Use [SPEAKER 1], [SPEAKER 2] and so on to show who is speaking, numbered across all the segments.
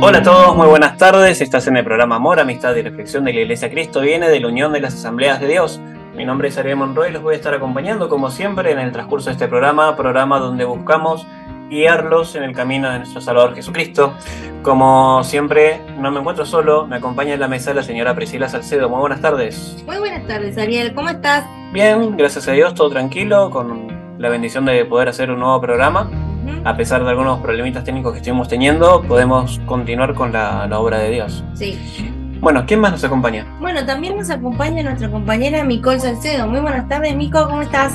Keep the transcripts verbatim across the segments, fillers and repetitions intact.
[SPEAKER 1] Hola a todos, muy buenas tardes. Estás en el programa Amor, Amistad y Reflexión de la Iglesia Cristo Viene de la Unión de las Asambleas de Dios. Mi nombre es Ariel Monroy y los voy a estar acompañando como siempre en el transcurso de este programa, programa donde buscamos guiarlos en el camino de nuestro Salvador Jesucristo. Como siempre, no me encuentro solo, me acompaña en la mesa la señora Priscila Salcedo. Muy buenas tardes.
[SPEAKER 2] Muy buenas tardes, Ariel, ¿cómo estás?
[SPEAKER 1] Bien, gracias a Dios, todo tranquilo, con la bendición de poder hacer un nuevo programa. A pesar de algunos problemitas técnicos que estuvimos teniendo, podemos continuar con la, la obra de Dios.
[SPEAKER 2] Sí.
[SPEAKER 1] Bueno, ¿quién más nos acompaña?
[SPEAKER 2] Bueno, también nos acompaña nuestra compañera Micol Salcedo. Muy buenas tardes, Mico, ¿cómo estás?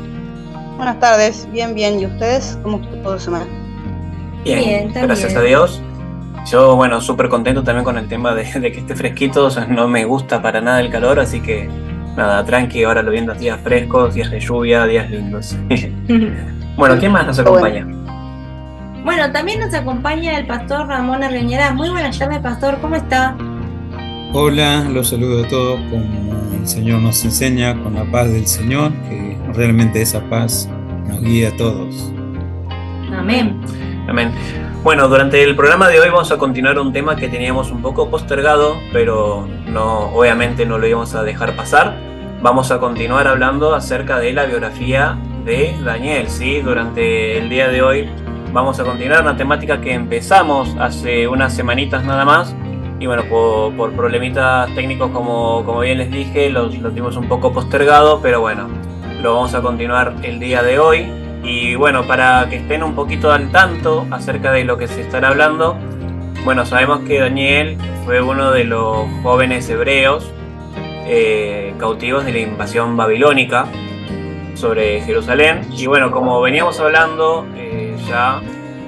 [SPEAKER 3] Buenas tardes, bien, bien. ¿Y ustedes? ¿Cómo estuvo la semana?
[SPEAKER 1] Bien,
[SPEAKER 2] Bien,
[SPEAKER 1] gracias a Dios. Yo, bueno, súper contento también con el tema de, de que esté fresquito. O sea, no me gusta para nada el calor, así que nada, tranqui, ahora lo viendo días frescos, días de lluvia, días lindos. Bueno, ¿quién más nos acompaña?
[SPEAKER 2] Bueno. Bueno, también nos acompaña el pastor Ramón Arriañarás. Muy buenas tardes, pastor, ¿cómo está?
[SPEAKER 4] Hola, los saludo a todos como el Señor nos enseña, con la paz del Señor, que realmente esa paz nos guía a todos.
[SPEAKER 2] Amén.
[SPEAKER 1] Amén. Bueno, durante el programa de hoy vamos a continuar un tema que teníamos un poco postergado, pero no, obviamente no lo íbamos a dejar pasar. Vamos a continuar hablando acerca de la biografía de Daniel, ¿sí? Durante el día de hoy vamos a continuar una temática que empezamos hace unas semanitas nada más. Y bueno, por, por problemitas técnicos, como, como bien les dije, los, lo tuvimos un poco postergado, pero bueno, lo vamos a continuar el día de hoy. Y bueno, para que estén un poquito al tanto acerca de lo que se estará hablando, bueno, sabemos que Daniel fue uno de los jóvenes hebreos eh, cautivos de la invasión babilónica sobre Jerusalén. Y bueno, como veníamos hablando eh, ya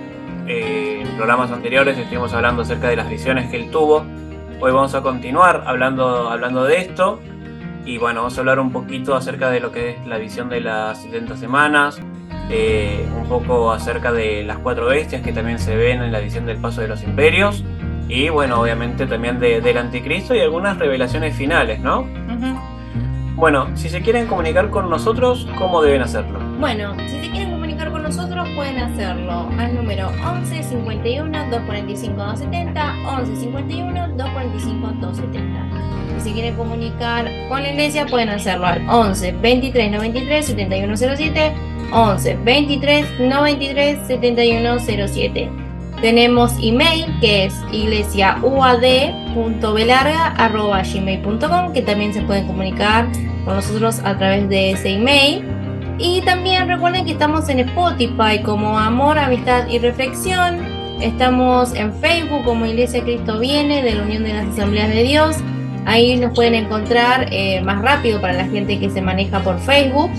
[SPEAKER 1] eh, en programas anteriores, estuvimos hablando acerca de las visiones que él tuvo. Hoy vamos a continuar hablando, hablando de esto. Y bueno, vamos a hablar un poquito acerca de lo que es la visión de las setenta semanas, eh, un poco acerca de las cuatro bestias que también se ven en la visión del paso de los imperios. Y bueno, obviamente también de, del anticristo y algunas revelaciones finales, ¿no?
[SPEAKER 2] Uh-huh.
[SPEAKER 1] Bueno, si se quieren comunicar con nosotros, ¿cómo deben hacerlo?
[SPEAKER 2] Bueno, si se quieren comunicar con nosotros, pueden hacerlo al número once cincuenta y uno, doscientos cuarenta y cinco, doscientos setenta, once cincuenta y uno, doscientos cuarenta y cinco, doscientos setenta. Y si quieren comunicar con la iglesia, pueden hacerlo al once veintitrés noventa y tres setenta y uno cero siete, once veintitrés noventa y tres setenta y uno cero siete. Tenemos email que es iglesia u a d punto b larga arroba gmail punto com, que también se pueden comunicar con nosotros a través de ese email. Y también recuerden que estamos en Spotify como Amor, Amistad y Reflexión. Estamos en Facebook como Iglesia Cristo Viene de la Unión de las Asambleas de Dios. Ahí nos pueden encontrar eh, más rápido para la gente que se maneja por Facebook.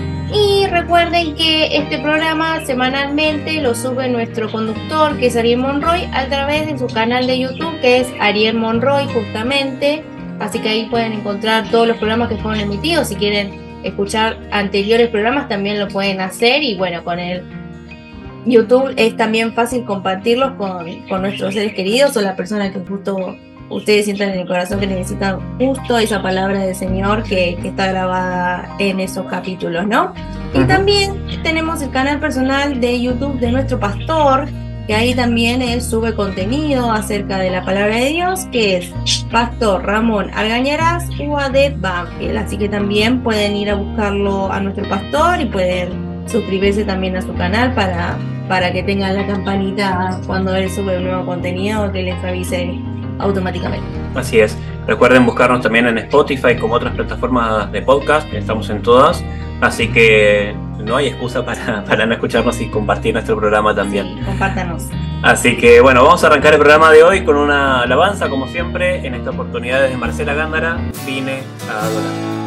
[SPEAKER 2] Y recuerden que este programa semanalmente lo sube nuestro conductor, que es Ariel Monroy, a través de su canal de YouTube, que es Ariel Monroy justamente. Así que ahí pueden encontrar todos los programas que fueron emitidos. Si quieren escuchar anteriores programas también lo pueden hacer. Y bueno, con el YouTube es también fácil compartirlos con, con nuestros seres queridos o las personas que justo ustedes sientan en el corazón que necesitan justo esa palabra del Señor que, que está grabada en esos capítulos, ¿no? Y también tenemos el canal personal de YouTube de nuestro pastor, que ahí también él sube contenido acerca de la palabra de Dios, que es Pastor Ramón Arriañarás U A D Banfield. Así que también pueden ir a buscarlo a nuestro pastor y pueden suscribirse también a su canal para, para que tengan la campanita cuando él sube un nuevo contenido, que les avise automáticamente.
[SPEAKER 1] Así es. Recuerden buscarnos también en Spotify como otras plataformas de podcast, estamos en todas, así que no hay excusa para, para no escucharnos y compartir nuestro programa también.
[SPEAKER 2] Sí, compártanos.
[SPEAKER 1] Así que bueno, vamos a arrancar el programa de hoy con una alabanza, como siempre, en esta oportunidad desde Marcela Gándara, Vine a adorar.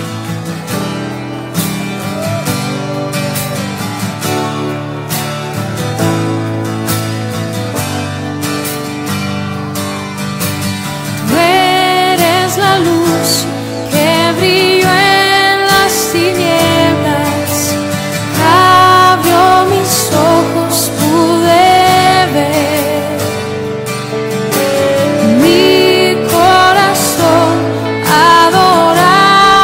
[SPEAKER 5] La luz que brilló en las tinieblas abrió mis ojos, pude ver mi corazón adorar.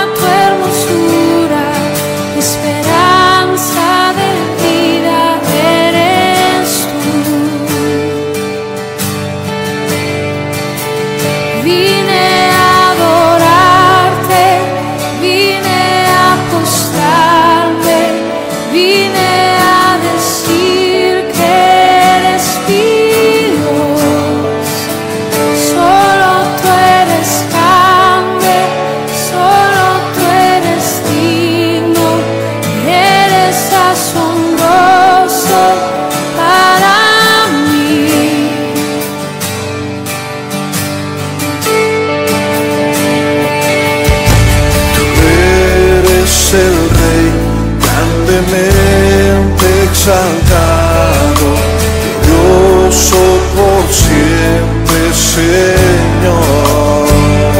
[SPEAKER 6] grandemente exaltado, glorioso por siempre, Señor.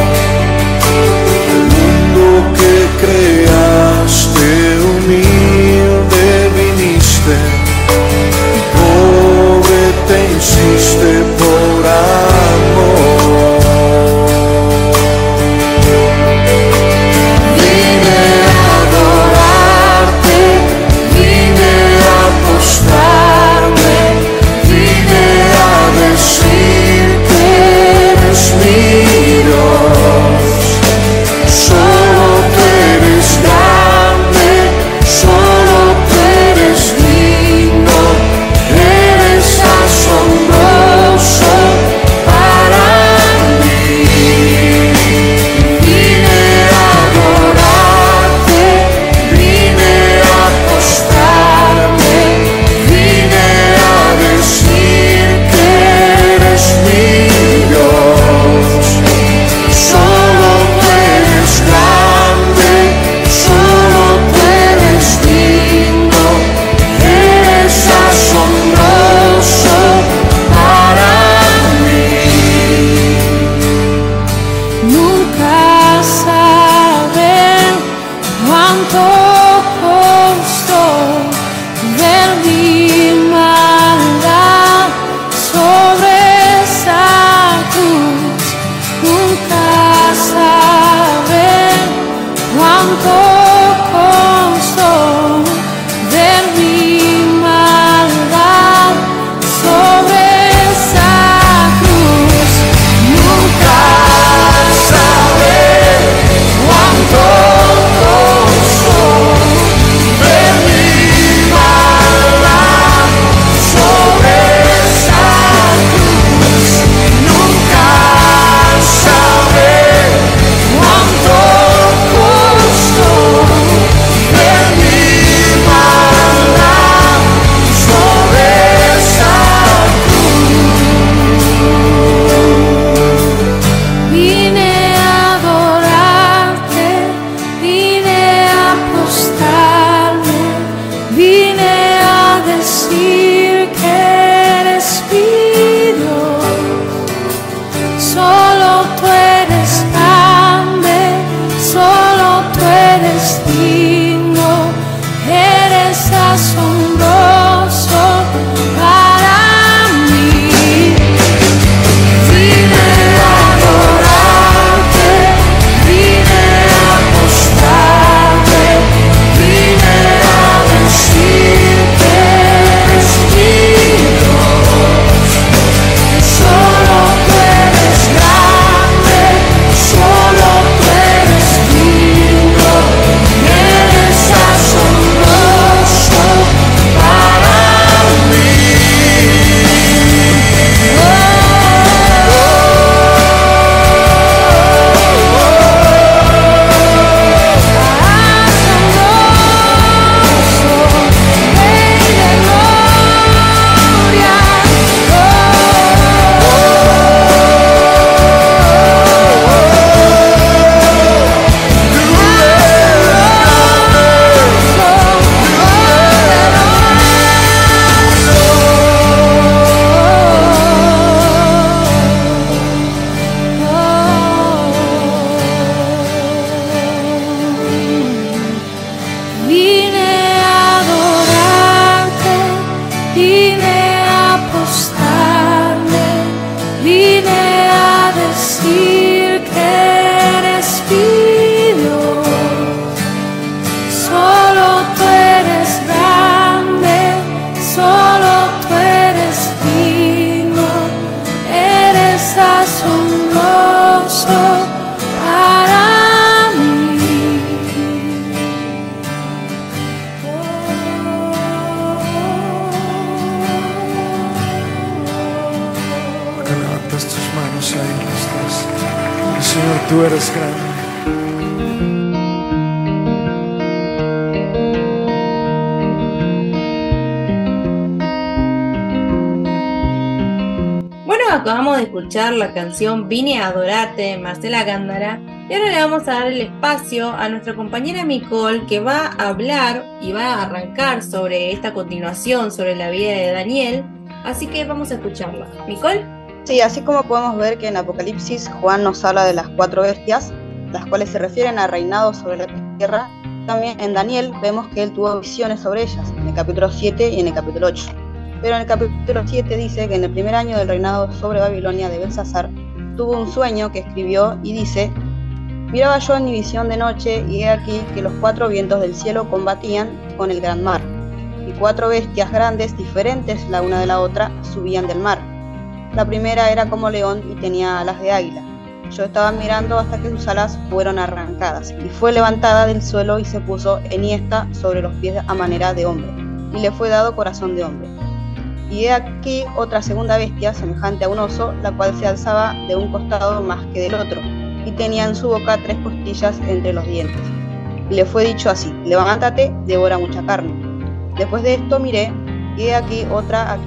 [SPEAKER 6] El mundo que creaste, humilde viniste, pobre te hiciste por amor. Vine a adorarte, vine a postrarme, vine a decir que eres mi Dios. Solo tú eres grande, solo tú eres digno, eres asombroso para mí. Vine a adorarte, vine a postrarme, vine a decir que eres mi Dios. Solo tú eres grande, solo tú eres digno, eres asombroso para mí. Nunca saben cuánto costó ver mi maldad sobre esa cruz. Nunca saben cuánto costó ver mi maldad sobre esa cruz. Nunca saben cuánto costó ver mi maldad sobre esa cruz. Nunca saben cuánto costó ver mi maldad sobre esa cruz. Vine a adorarte, vine a postrarme, vine a decir que eres mi Dios. Solo tú eres grande, solo tú eres digno, eres asombroso para mí. Vine a adorarte, vine a postrarme, vine a decir que eres mi Dios. Solo tú eres grande, solo tú eres digno, eres asombroso para mí. Vine a adorarte, vine a postrarme, vine a decir que eres mi Dios. Solo tú eres grande, solo tú eres digno, eres asombroso para mí. Que levantas tus manos ahí, los dos. Señor, tú eres grande.
[SPEAKER 2] Bueno, acabamos de escuchar la canción Vine a adorarte de Marcela Gándara Y ahora le vamos a dar el espacio a nuestra compañera Micol, que va a hablar y va a arrancar sobre esta continuación, sobre la vida de Daniel. Así que vamos a escucharla. ¿Micol?
[SPEAKER 3] Sí, así como podemos ver que en Apocalipsis Juan nos habla de las cuatro bestias, las cuales se refieren a reinados sobre la tierra, también en Daniel vemos que él tuvo visiones sobre ellas, en el capítulo siete y en el capítulo ocho. Pero en el capítulo siete dice que en el primer año del reinado sobre Babilonia de Belsasar, tuvo un sueño que escribió y dice: miraba yo en mi visión de noche, y he aquí que los cuatro vientos del cielo combatían con el gran mar, y cuatro bestias grandes, diferentes la una de la otra, subían del mar. La primera era como león y tenía alas de águila. Yo estaba mirando hasta que sus alas fueron arrancadas, y fue levantada del suelo y se puso enhiesta sobre los pies a manera de hombre, y le fue dado corazón de hombre. Y he aquí otra segunda bestia, semejante a un oso, la cual se alzaba de un costado más que del otro, y tenía en su boca tres costillas entre los dientes. Y le fue dicho así: levántate, devora mucha carne. Después de esto miré, y he aquí otra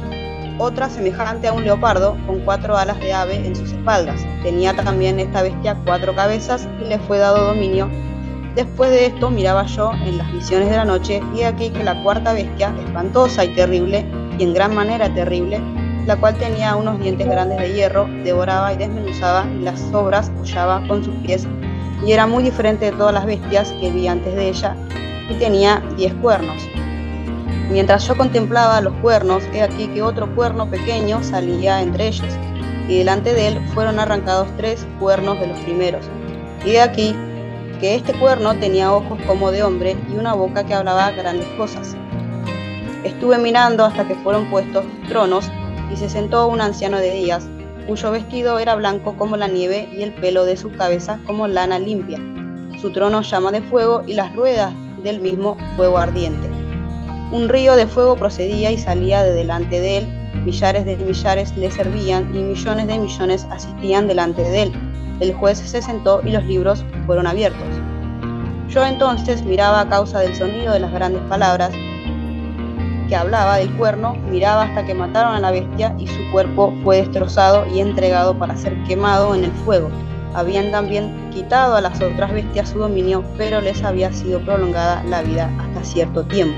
[SPEAKER 3] otra semejante a un leopardo, con cuatro alas de ave en sus espaldas. Tenía también esta bestia cuatro cabezas, y le fue dado dominio. Después de esto miraba yo en las visiones de la noche, y he aquí que la cuarta bestia, espantosa y terrible, y en gran manera terrible, la cual tenía unos dientes grandes de hierro, devoraba y desmenuzaba, y las sobras hollaba con sus pies, y era muy diferente de todas las bestias que vi antes de ella, y tenía diez cuernos. Mientras yo contemplaba los cuernos, he aquí que otro cuerno pequeño salía entre ellos, y delante de él fueron arrancados tres cuernos de los primeros. Y he aquí que este cuerno tenía ojos como de hombre y una boca que hablaba grandes cosas. Estuve mirando hasta que fueron puestos tronos, y se sentó un anciano de días, cuyo vestido era blanco como la nieve y el pelo de su cabeza como lana limpia. Su trono llama de fuego, y las ruedas del mismo fuego ardiente. Un río de fuego procedía y salía de delante de él, millares de millares le servían, y millones de millones asistían delante de él. El juez se sentó y los libros fueron abiertos. Yo entonces miraba a causa del sonido de las grandes palabras que hablaba del cuerno, miraba hasta que mataron a la bestia, y su cuerpo fue destrozado y entregado para ser quemado en el fuego. Habían también quitado a las otras bestias su dominio, pero les había sido prolongada la vida hasta cierto tiempo.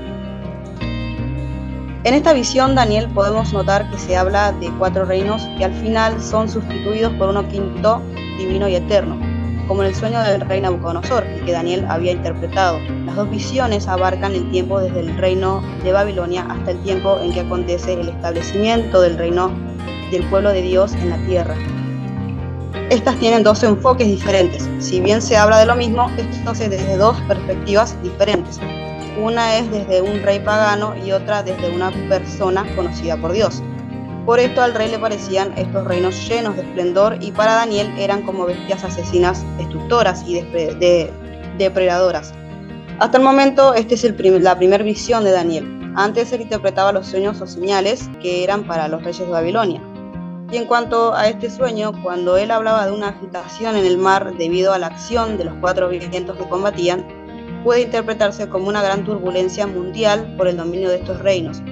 [SPEAKER 3] En esta visión, Daniel, podemos notar que se habla de cuatro reinos que al final son sustituidos por uno quinto, divino y eterno, como en el sueño del rey Nabucodonosor, y que Daniel había interpretado. Las dos visiones abarcan el tiempo desde el reino de Babilonia hasta el tiempo en que acontece el establecimiento del reino del pueblo de Dios en la tierra. Estas tienen dos enfoques diferentes. Si bien se habla de lo mismo, esto es desde dos perspectivas diferentes. Una es desde un rey pagano y otra desde una persona conocida por Dios. Por esto al rey le parecían estos reinos llenos de esplendor, y para Daniel eran como bestias asesinas, destructoras y depre- de, depredadoras. Hasta el momento, esta es el prim- la primera visión de Daniel. Antes él interpretaba los sueños o señales que eran para los reyes de Babilonia. Y en cuanto a este sueño, cuando él hablaba de una agitación en el mar debido a la acción de los cuatro vientos que combatían, puede interpretarse como una gran turbulencia mundial por el dominio de estos reinos.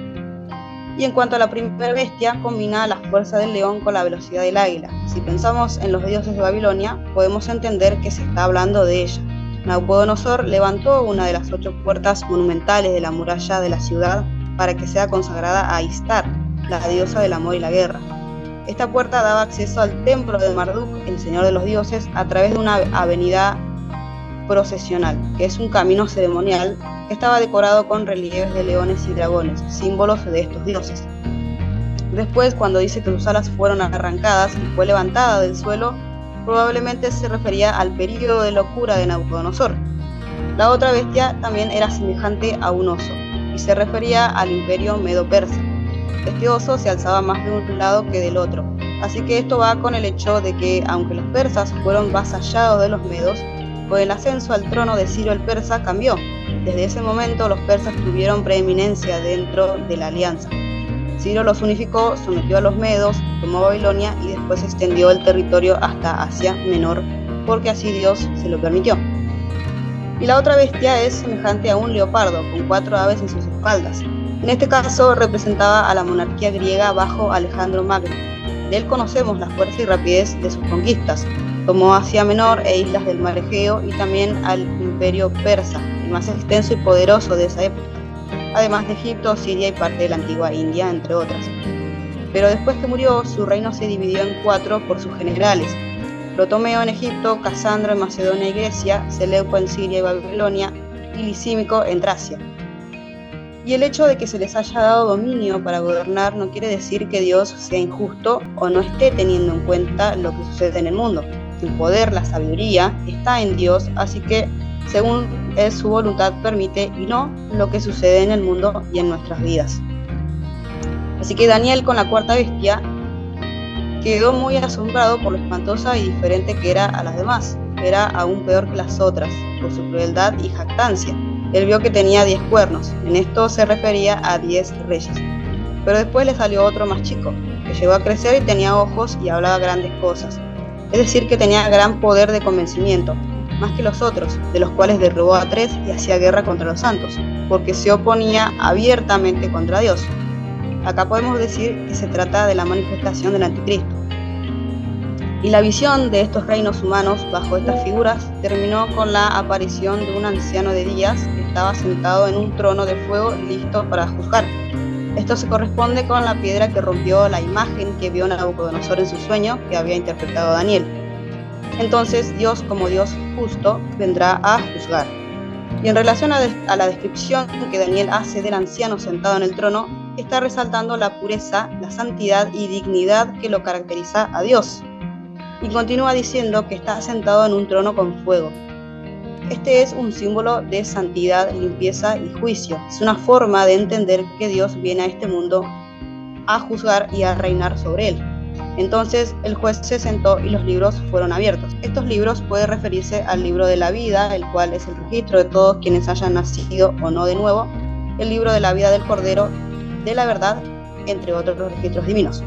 [SPEAKER 3] Y en cuanto a la primera bestia, combina la fuerza del león con la velocidad del águila. Si pensamos en los dioses de Babilonia, podemos entender que se está hablando de ella. Nabucodonosor levantó una de las ocho puertas monumentales de la muralla de la ciudad para que sea consagrada a Istar, la diosa del amor y la guerra. Esta puerta daba acceso al templo de Marduk, el señor de los dioses, a través de una avenida procesional, que es un camino ceremonial que estaba decorado con relieves de leones y dragones, símbolos de estos dioses. Después, cuando dice que sus alas fueron arrancadas y fue levantada del suelo, probablemente se refería al período de locura de Nabucodonosor. La otra bestia también era semejante a un oso, y se refería al imperio medo-persa. Este oso se alzaba más de un lado que del otro, así que esto va con el hecho de que, aunque los persas fueron vasallados de los medos, con el ascenso al trono de Ciro el persa cambió. Desde ese momento los persas tuvieron preeminencia dentro de la alianza. Ciro los unificó, sometió a los medos, tomó Babilonia y después extendió el territorio hasta Asia Menor, porque así Dios se lo permitió. Y la otra bestia es semejante a un leopardo, con cuatro aves en sus espaldas. En este caso representaba a la monarquía griega bajo Alejandro Magno. De él conocemos la fuerza y rapidez de sus conquistas. Tomó Asia Menor e islas del mar Egeo y también al imperio persa, el más extenso y poderoso de esa época, además de Egipto, Siria y parte de la antigua India, entre otras. Pero después que murió, su reino se dividió en cuatro por sus generales: Ptolomeo en Egipto, Casandro en Macedonia y Grecia, Seleuco en Siria y Babilonia, y Lisímico en Tracia. Y el hecho de que se les haya dado dominio para gobernar no quiere decir que Dios sea injusto o no esté teniendo en cuenta lo que sucede en el mundo. El poder, la sabiduría, está en Dios, así que según es su voluntad permite y no lo que sucede en el mundo y en nuestras vidas. Así que Daniel, con la cuarta bestia, quedó muy asombrado por lo espantosa y diferente que era a las demás. Era aún peor que las otras, por su crueldad y jactancia. Él vio que tenía diez cuernos. En esto se refería a diez reyes. Pero después le salió otro más chico, que llegó a crecer y tenía ojos y hablaba grandes cosas. Es decir, que tenía gran poder de convencimiento, más que los otros, de los cuales derribó a tres y hacía guerra contra los santos, porque se oponía abiertamente contra Dios. Acá podemos decir que se trata de la manifestación del anticristo. Y la visión de estos reinos humanos bajo estas figuras terminó con la aparición de un anciano de días que estaba sentado en un trono de fuego listo para juzgar. Esto se corresponde con la piedra que rompió la imagen que vio Nabucodonosor en su sueño que había interpretado Daniel. Entonces Dios, como Dios justo, vendrá a juzgar. Y en relación a, de, a la descripción que Daniel hace del anciano sentado en el trono, está resaltando la pureza, la santidad y dignidad que lo caracteriza a Dios. Y continúa diciendo que está sentado en un trono con fuego. Este es un símbolo de santidad, limpieza y juicio. Es una forma de entender que Dios viene a este mundo a juzgar y a reinar sobre él. Entonces el juez se sentó y los libros fueron abiertos. Estos libros pueden referirse al libro de la vida, el cual es el registro de todos quienes hayan nacido o no de nuevo, el libro de la vida del Cordero, de la verdad, entre otros registros divinos.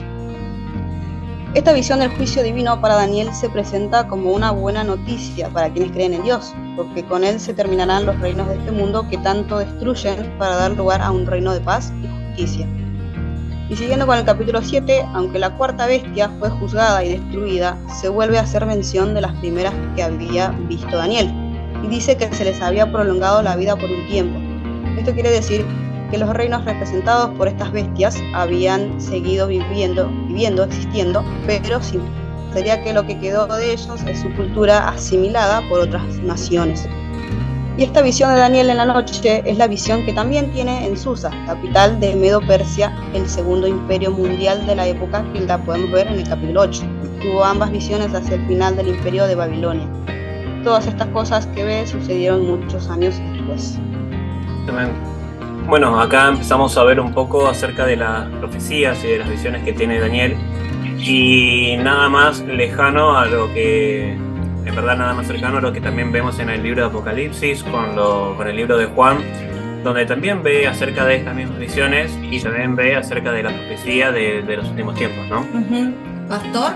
[SPEAKER 3] Esta visión del juicio divino para Daniel se presenta como una buena noticia para quienes creen en Dios, porque con él se terminarán los reinos de este mundo que tanto destruyen para dar lugar a un reino de paz y justicia. Y siguiendo con el capítulo siete, aunque la cuarta bestia fue juzgada y destruida, se vuelve a hacer mención de las primeras que había visto Daniel, y dice que se les había prolongado la vida por un tiempo. Esto quiere decir que los reinos representados por estas bestias habían seguido viviendo, viviendo, existiendo, pero sin. Sería que lo que quedó de ellos es su cultura asimilada por otras naciones. Y esta visión de Daniel en la noche es la visión que también tiene en Susa, capital de Medo-Persia, el segundo imperio mundial de la época, que la podemos ver en el capítulo ocho. Tuvo ambas visiones hacia el final del imperio de Babilonia. Todas estas cosas que ve sucedieron muchos años después.
[SPEAKER 1] Bueno, acá empezamos a ver un poco acerca de las profecías y de las visiones que tiene Daniel, y nada más lejano a lo que, en verdad nada más cercano a lo que también vemos en el libro de Apocalipsis, con, lo, con el libro de Juan, donde también ve acerca de estas mismas visiones y también ve acerca de la profecía de, de los últimos tiempos, ¿no?
[SPEAKER 2] Uh-huh. ¿Pastor?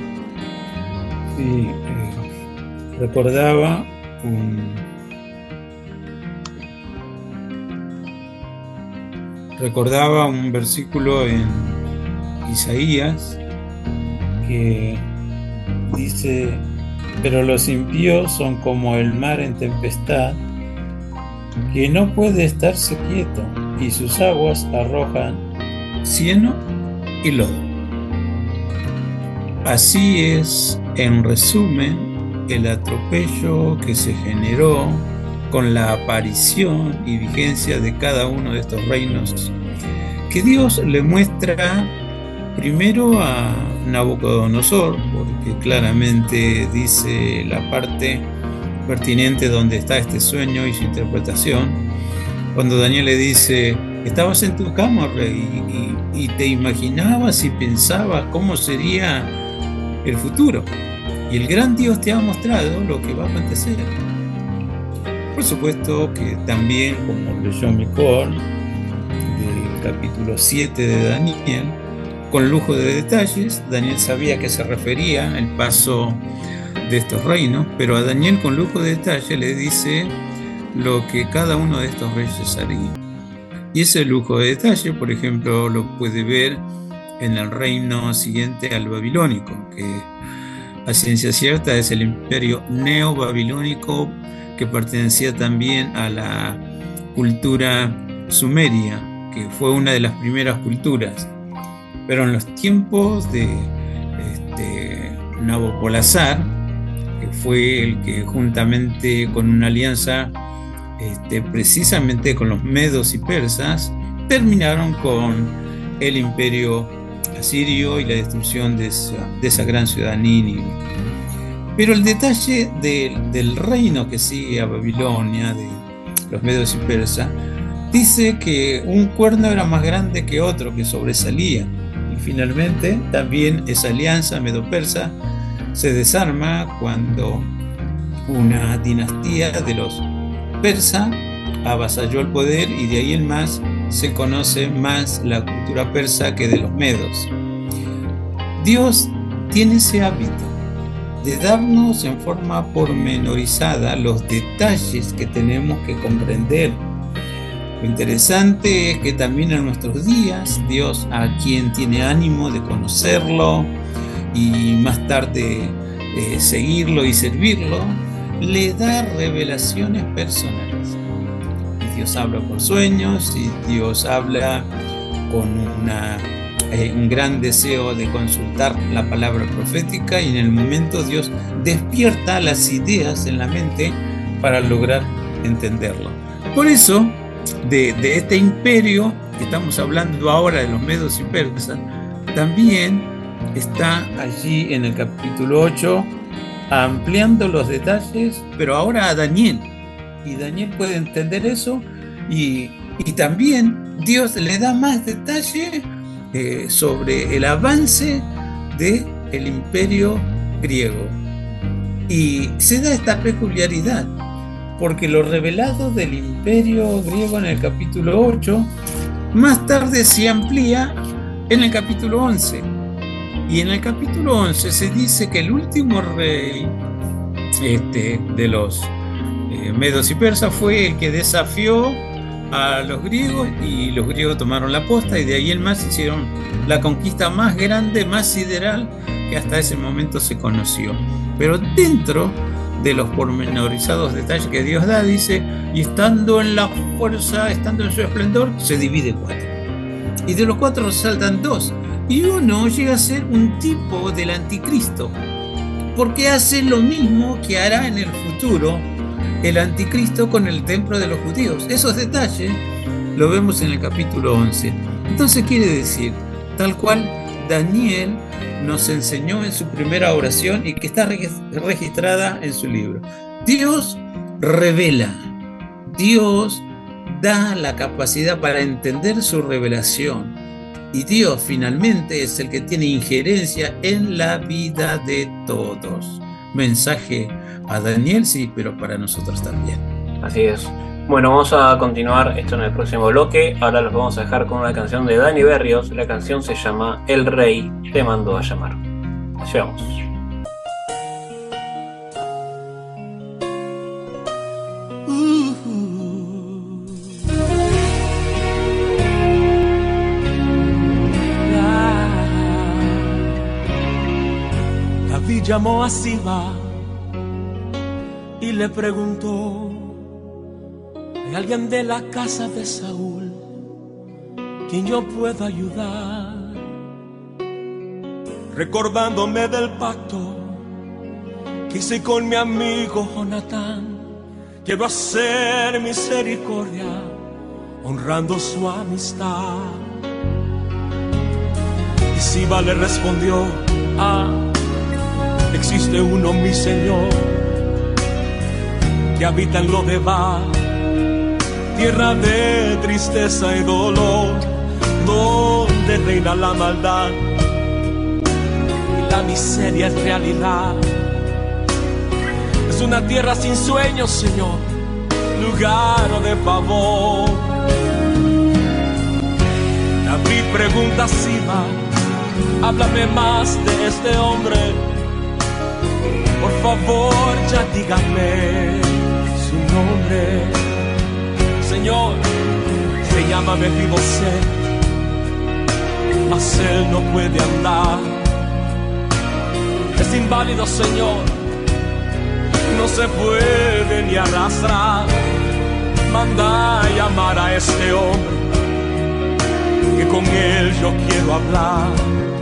[SPEAKER 4] Sí, eh, recordaba un... Recordaba un versículo en Isaías que dice: pero los impíos son como el mar en tempestad, que no puede estarse quieto, y sus aguas arrojan cieno y lodo. Así es, en resumen, el atropello que se generó con la aparición y vigencia de cada uno de estos reinos, que Dios le muestra primero a Nabucodonosor, porque claramente dice la parte pertinente donde está este sueño y su interpretación, cuando Daniel le dice: estabas en tu cama, rey, y, y te imaginabas y pensabas cómo sería el futuro, y el gran Dios te ha mostrado lo que va a acontecer. Por supuesto que también, como leyó Micol del capítulo siete de Daniel, con lujo de detalles, Daniel sabía a qué se refería el paso de estos reinos, pero a Daniel con lujo de detalle le dice lo que cada uno de estos reyes haría. Y ese lujo de detalle, por ejemplo, lo puede ver en el reino siguiente al babilónico, que a ciencia cierta es el imperio neobabilónico, que pertenecía también a la cultura sumeria, que fue una de las primeras culturas. Pero en los tiempos de este, Nabopolassar, que fue el que juntamente con una alianza este, precisamente con los medos y persas, terminaron con el imperio asirio y la destrucción de esa, de esa gran ciudad Nínive. Pero el detalle de, del reino que sigue a Babilonia, de los medos y persas, dice que un cuerno era más grande que otro, que sobresalía. Y finalmente también esa alianza medo-persa se desarma cuando una dinastía de los persas avasalló el poder, y de ahí en más se conoce más la cultura persa que de los medos. Dios tiene ese hábito de darnos en forma pormenorizada los detalles que tenemos que comprender. Lo interesante es que también en nuestros días, Dios, a quien tiene ánimo de conocerlo y más tarde eh, seguirlo y servirlo, le da revelaciones personales. Y Dios habla por sueños, y Dios habla con una, eh, un gran deseo de consultar la palabra profética, y en el momento Dios despierta las ideas en la mente para lograr entenderlo. Por eso, de, de este imperio que estamos hablando ahora, de los medos y persas, también está allí en el capítulo ocho ampliando los detalles, pero ahora a Daniel, y Daniel puede entender eso, y, y también Dios le da más detalle eh, sobre el avance del imperio griego. Y se da esta peculiaridad, porque lo revelado del imperio griego en el capítulo ocho, más tarde se amplía en el capítulo once. Y en el capítulo once se dice que el último rey este, de los eh, medos y persas fue el que desafió a los griegos, y los griegos tomaron la posta, y de ahí en más hicieron la conquista más grande, más sideral que hasta ese momento se conoció. Pero dentro de los pormenorizados detalles que Dios da, dice, y estando en la fuerza, estando en su esplendor, se divide en cuatro. Y de los cuatro resaltan dos. Y uno llega a ser un tipo del anticristo, porque hace lo mismo que hará en el futuro el anticristo con el templo de los judíos. Esos detalles lo vemos en el capítulo once. Entonces quiere decir, tal cual Daniel nos enseñó en su primera oración y que está registrada en su libro. Dios revela, Dios da la capacidad para entender su revelación. Y Dios finalmente es el que tiene injerencia en la vida de todos. Mensaje a Daniel, sí, pero para nosotros también.
[SPEAKER 1] Así es. Bueno, vamos a continuar esto en el próximo bloque. Ahora los vamos a dejar con una canción de Dani Berrios. La canción se llama El Rey te mandó a llamar. Allá vamos.
[SPEAKER 7] Llamó a Siba y le preguntó: ¿hay alguien de la casa de Saúl quien yo pueda ayudar? Recordándome del pacto que hice con mi amigo Jonatán, quiero hacer misericordia honrando su amistad. Y Siba le respondió: ah, existe uno, mi Señor, que habita en Lodebar, tierra de tristeza y dolor, donde reina la maldad y la miseria es realidad. Es una tierra sin sueños, Señor, lugar de favor. David pregunta a Siba: háblame más de este hombre. Por favor, ya dígame su nombre. Señor, se llama Mefiboset, mas él no puede andar. Es es inválido, Señor, no se puede ni arrastrar. Manda a llamar a este hombre, que con él yo quiero hablar.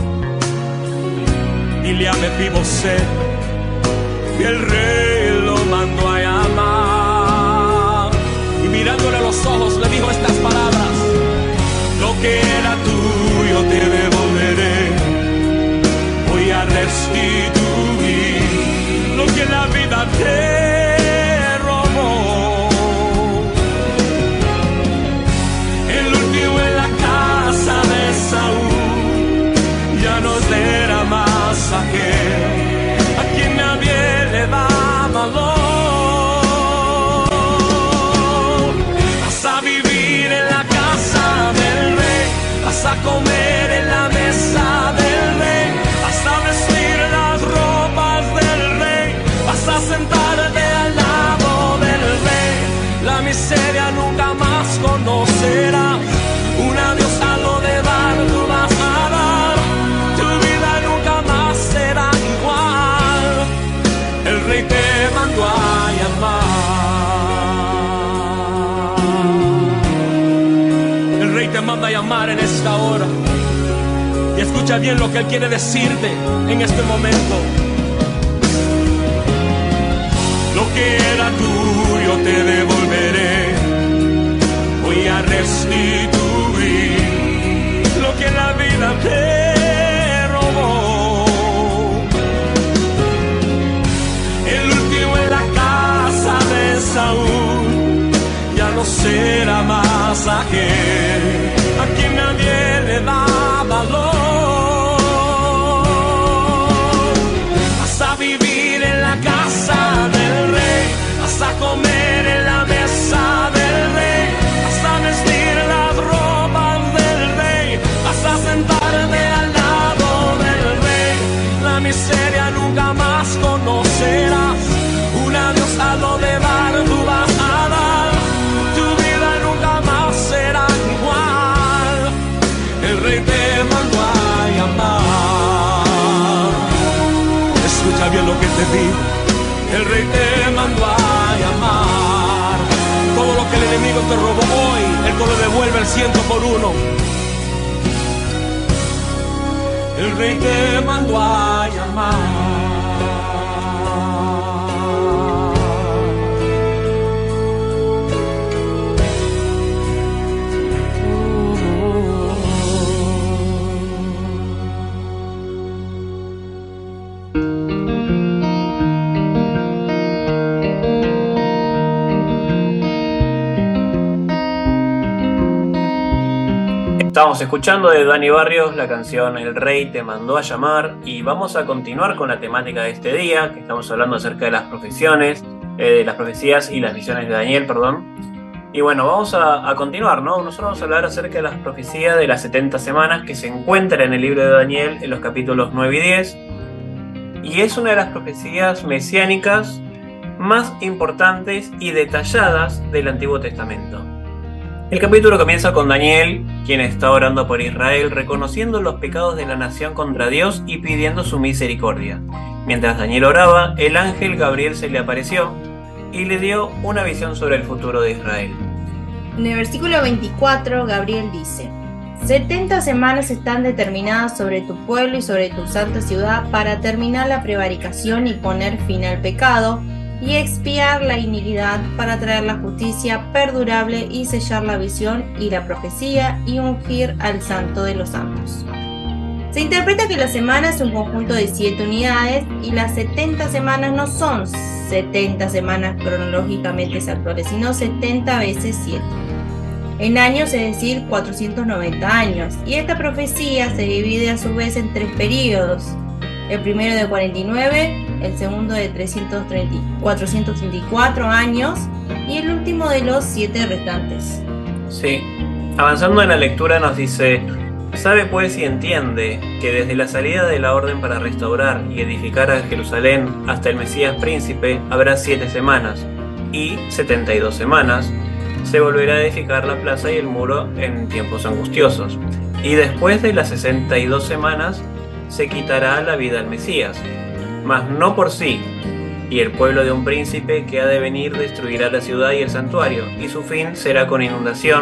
[SPEAKER 7] Dile a Mefiboset que el rey lo mandó a llamar. Y mirándole a los ojos le dijo estas palabras: lo que era tuyo te devolveré, voy a restituir lo que la vida te robó. El último en la casa de Saúl ya no será más aquel a quien nadie le da valor. Vas a vivir en la casa del rey, vas a comer en la mesa del rey, vas a vestir las ropas del rey, vas a sentarte al lado del rey. La miseria nunca más conocerás, un adiós a lo de dar tú vas a dar, tu vida nunca más será igual. El rey te mandó a llamar. El rey te manda a llamar en esta hora. Y escucha bien lo que él quiere decirte en este momento. Lo que era tuyo te devolveré, voy a restituir lo que la vida te robó. El último en la casa de Saúl ya no será más aquel a quien nadie le da valor. Vas a vivir en la casa del rey, vas a comer en la mesa del rey, vas a vestir las ropas del rey, vas a sentarte al lado del rey. La miseria nunca más conocerás, un adiós a lo de dar tú vas a dar, tu vida nunca más será igual. El rey te mandó a llamar. Escucha bien lo que te digo, el rey te mandó a llamar. Todo lo que el enemigo te robó hoy, él te lo devuelve el ciento por uno. El rey te mandó a llamar.
[SPEAKER 1] Estamos escuchando de Dani Barrios la canción El Rey te mandó a llamar, y vamos a continuar con la temática de este día, que estamos hablando acerca de las profecciones, eh, de las profecías y las visiones de Daniel, perdón. Y bueno, vamos a, a continuar, ¿no? Nosotros vamos a hablar acerca de las profecías de las setenta semanas que se encuentran en el libro de Daniel en los capítulos nueve y diez, y es una de las profecías mesiánicas más importantes y detalladas del Antiguo Testamento. El capítulo comienza con Daniel, quien está orando por Israel, reconociendo los pecados de la nación contra Dios y pidiendo su misericordia. Mientras Daniel oraba, el ángel Gabriel se le apareció y le dio una visión sobre el futuro de Israel.
[SPEAKER 2] En el versículo veinticuatro, Gabriel dice: setenta semanas están determinadas sobre tu pueblo y sobre tu santa ciudad para terminar la prevaricación y poner fin al pecado, y expiar la iniquidad, para traer la justicia perdurable y sellar la visión y la profecía y ungir al santo de los santos. Se interpreta que la semana es un conjunto de siete unidades y las setenta semanas no son setenta semanas cronológicamente actuales, sino setenta veces siete. En años, es decir, cuatrocientos noventa años, y esta profecía se divide a su vez en tres periodos: el primero de cuarenta y nueve, el segundo de trescientos treinta, cuatrocientos treinta y cuatro años y el último de los siete restantes.
[SPEAKER 1] Sí, avanzando en la lectura nos dice: sabe pues y entiende que desde la salida de la orden para restaurar y edificar a Jerusalén hasta el Mesías príncipe habrá siete semanas, y setenta y dos semanas se volverá a edificar la plaza y el muro en tiempos angustiosos, y después de las sesenta y dos semanas se quitará la vida al Mesías. mas no por sí. Y el pueblo de un príncipe que ha de venir destruirá la ciudad y el santuario, y su fin será con inundación,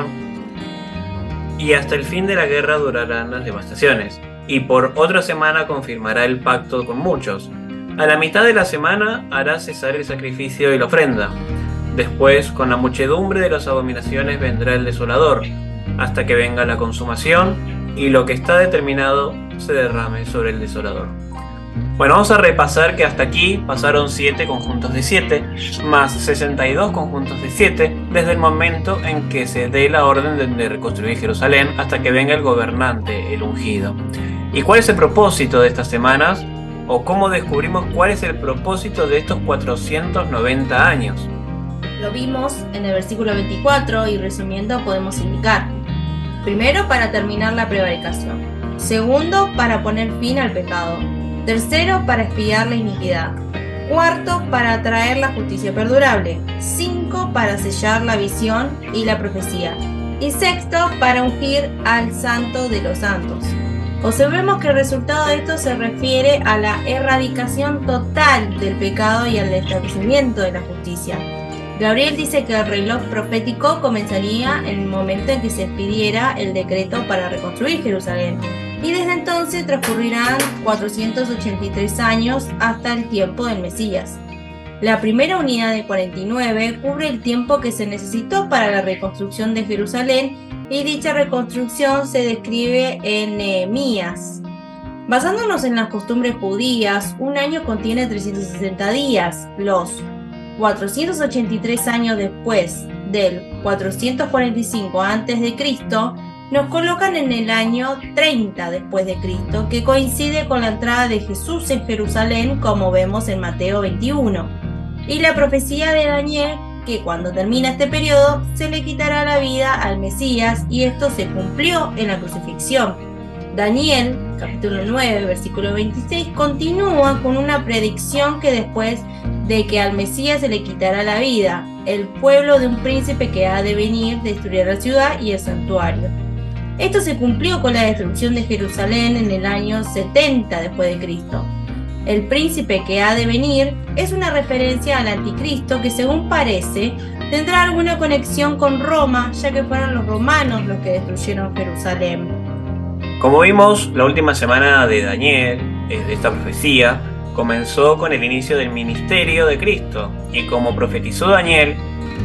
[SPEAKER 1] y hasta el fin de la guerra durarán las devastaciones. Y por otra semana confirmará el pacto con muchos. A la mitad de la semana hará cesar el sacrificio y la ofrenda. Después, con la muchedumbre de las abominaciones vendrá el desolador, hasta que venga la consumación, y lo que está determinado se derrame sobre el desolador. Bueno, vamos a repasar que hasta aquí pasaron siete conjuntos de siete, más sesenta y dos conjuntos de siete, desde el momento en que se dé la orden de reconstruir Jerusalén hasta que venga el gobernante, el ungido. ¿Y cuál es el propósito de estas semanas? ¿O cómo descubrimos cuál es el propósito de estos cuatrocientos noventa años?
[SPEAKER 2] Lo vimos en el versículo veinticuatro y resumiendo podemos indicar: primero, para terminar la prevaricación; segundo, para poner fin al pecado; tercero, para expiar la iniquidad; cuarto, para traer la justicia perdurable; cinco, para sellar la visión y la profecía; y sexto, para ungir al santo de los santos. Observemos que el resultado de esto se refiere a la erradicación total del pecado y al establecimiento de la justicia. Gabriel dice que el reloj profético comenzaría en el momento en que se expidiera el decreto para reconstruir Jerusalén, y desde entonces transcurrirán cuatrocientos ochenta y tres años hasta el tiempo del Mesías. La primera unidad de cuarenta y nueve cubre el tiempo que se necesitó para la reconstrucción de Jerusalén, y dicha reconstrucción se describe en Nehemías. Basándonos en las costumbres judías, un año contiene trescientos sesenta días. Los cuatrocientos ochenta y tres años después del cuatrocientos cuarenta y cinco antes de Cristo nos colocan en el año treinta después de Cristo, que coincide con la entrada de Jesús en Jerusalén, como vemos en Mateo veintiuno, y la profecía de Daniel, que cuando termina este periodo se le quitará la vida al Mesías, y esto se cumplió en la crucifixión. Daniel, capítulo nueve, versículo veintiséis, continúa con una predicción que después de que al Mesías se le quitará la vida, el pueblo de un príncipe que ha de venir destruirá la ciudad y el santuario. Esto se cumplió con la destrucción de Jerusalén en el año setenta después de Cristo. El príncipe que ha de venir es una referencia al anticristo que, según parece, tendrá alguna conexión con Roma, ya que fueron los romanos los que destruyeron Jerusalén.
[SPEAKER 1] Como vimos, la última semana de Daniel, de esta profecía, comenzó con el inicio del ministerio de Cristo, y como profetizó Daniel,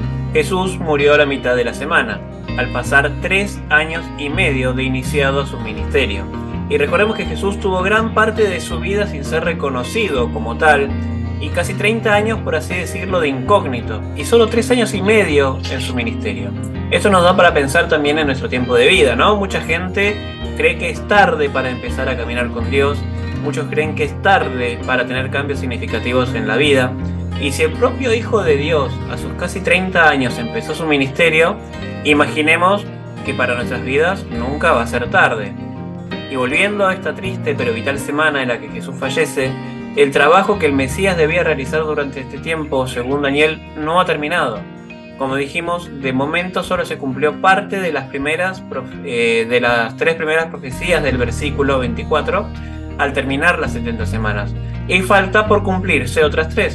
[SPEAKER 1] Jesús murió a la mitad de la semana, al pasar tres años y medio de iniciado su ministerio. Y recordemos que Jesús tuvo gran parte de su vida sin ser reconocido como tal, y casi treinta años, por así decirlo, de incógnito, y solo tres años y medio en su ministerio. Esto nos da para pensar también en nuestro tiempo de vida, ¿no? Mucha gente cree que es tarde para empezar a caminar con Dios, muchos creen que es tarde para tener cambios significativos en la vida, y si el propio Hijo de Dios a sus casi treinta años empezó su ministerio, imaginemos que para nuestras vidas nunca va a ser tarde. Y volviendo a esta triste pero vital semana en la que Jesús fallece, el trabajo que el Mesías debía realizar durante este tiempo, según Daniel, no ha terminado. Como dijimos, de momento solo se cumplió parte de las primeras eh, de las tres primeras profecías del versículo veinticuatro al terminar las setenta semanas, y falta por cumplirse otras tres.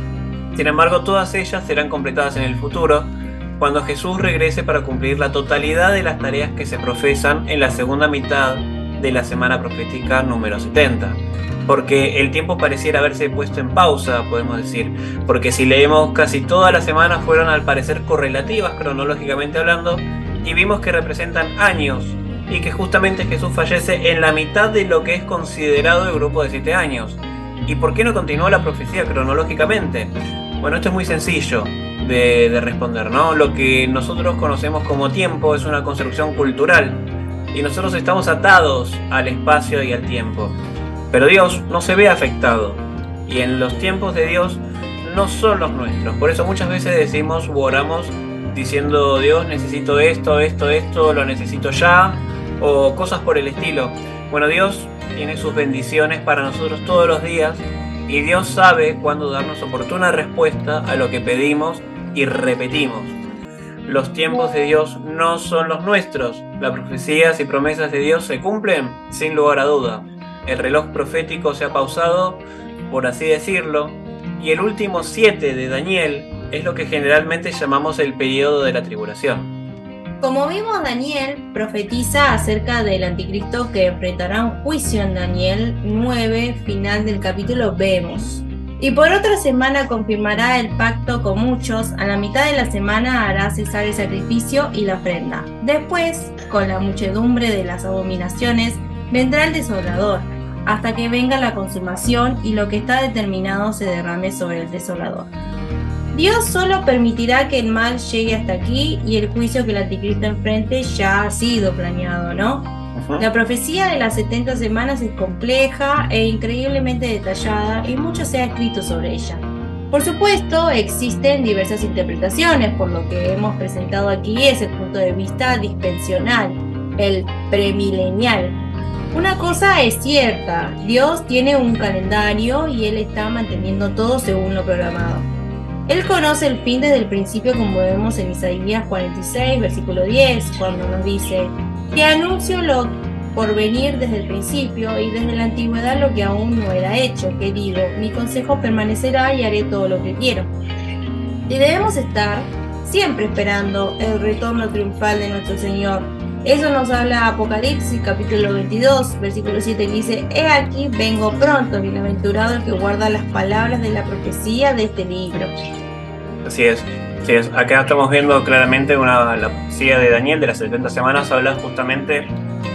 [SPEAKER 1] Sin embargo, todas ellas serán completadas en el futuro, cuando Jesús regrese para cumplir la totalidad de las tareas que se profesan en la segunda mitad de la semana profética número setenta. Porque el tiempo pareciera haberse puesto en pausa, podemos decir, porque si leemos, casi todas las semanas fueron al parecer correlativas cronológicamente hablando, y vimos que representan años, y que justamente Jesús fallece en la mitad de lo que es considerado el grupo de siete años. ¿Y por qué no continuó la profecía cronológicamente? Bueno, esto es muy sencillo de, de responder, ¿no? Lo que nosotros conocemos como tiempo es una construcción cultural, y nosotros estamos atados al espacio y al tiempo. Pero Dios no se ve afectado, y en los tiempos de Dios no son los nuestros. Por eso muchas veces decimos u oramos diciendo: Dios, necesito esto, esto, esto, lo necesito ya, o cosas por el estilo. Bueno, Dios tiene sus bendiciones para nosotros todos los días, y Dios sabe cuándo darnos oportuna respuesta a lo que pedimos y repetimos. Los tiempos de Dios no son los nuestros. Las profecías y promesas de Dios se cumplen sin lugar a duda. El reloj profético se ha pausado por así decirlo, y el último siete de Daniel es lo que generalmente llamamos el periodo de la tribulación.
[SPEAKER 2] Como vimos, Daniel profetiza acerca del anticristo que enfrentará un juicio en Daniel nueve, final del capítulo vemos. Y por otra semana confirmará el pacto con muchos, a la mitad de la semana hará cesar el sacrificio y la ofrenda. Después, con la muchedumbre de las abominaciones, vendrá el desolador, hasta que venga la consumación y lo que está determinado se derrame sobre el desolador. Dios solo permitirá que el mal llegue hasta aquí y el juicio que el anticristo enfrente ya ha sido planeado, ¿no? Uh-huh. La profecía de las setenta semanas es compleja e increíblemente detallada y mucho se ha escrito sobre ella. Por supuesto, existen diversas interpretaciones, por lo que hemos presentado aquí es el punto de vista dispensional, el premilenial. Una cosa es cierta, Dios tiene un calendario y Él está manteniendo todo según lo programado. Él conoce el fin desde el principio, como vemos en Isaías cuarenta y seis, versículo diez, cuando nos dice: que anuncio lo por venir desde el principio y desde la antigüedad lo que aún no era hecho, que digo, mi consejo permanecerá y haré todo lo que quiero. Y debemos estar siempre esperando el retorno triunfal de nuestro Señor. Eso nos habla Apocalipsis capítulo veintidós, versículo siete, que dice: he aquí, vengo pronto, bienaventurado el que guarda las palabras de la profecía de este libro.
[SPEAKER 1] Así es, así es. Acá estamos viendo claramente una, la profecía de Daniel de las setenta semanas, habla justamente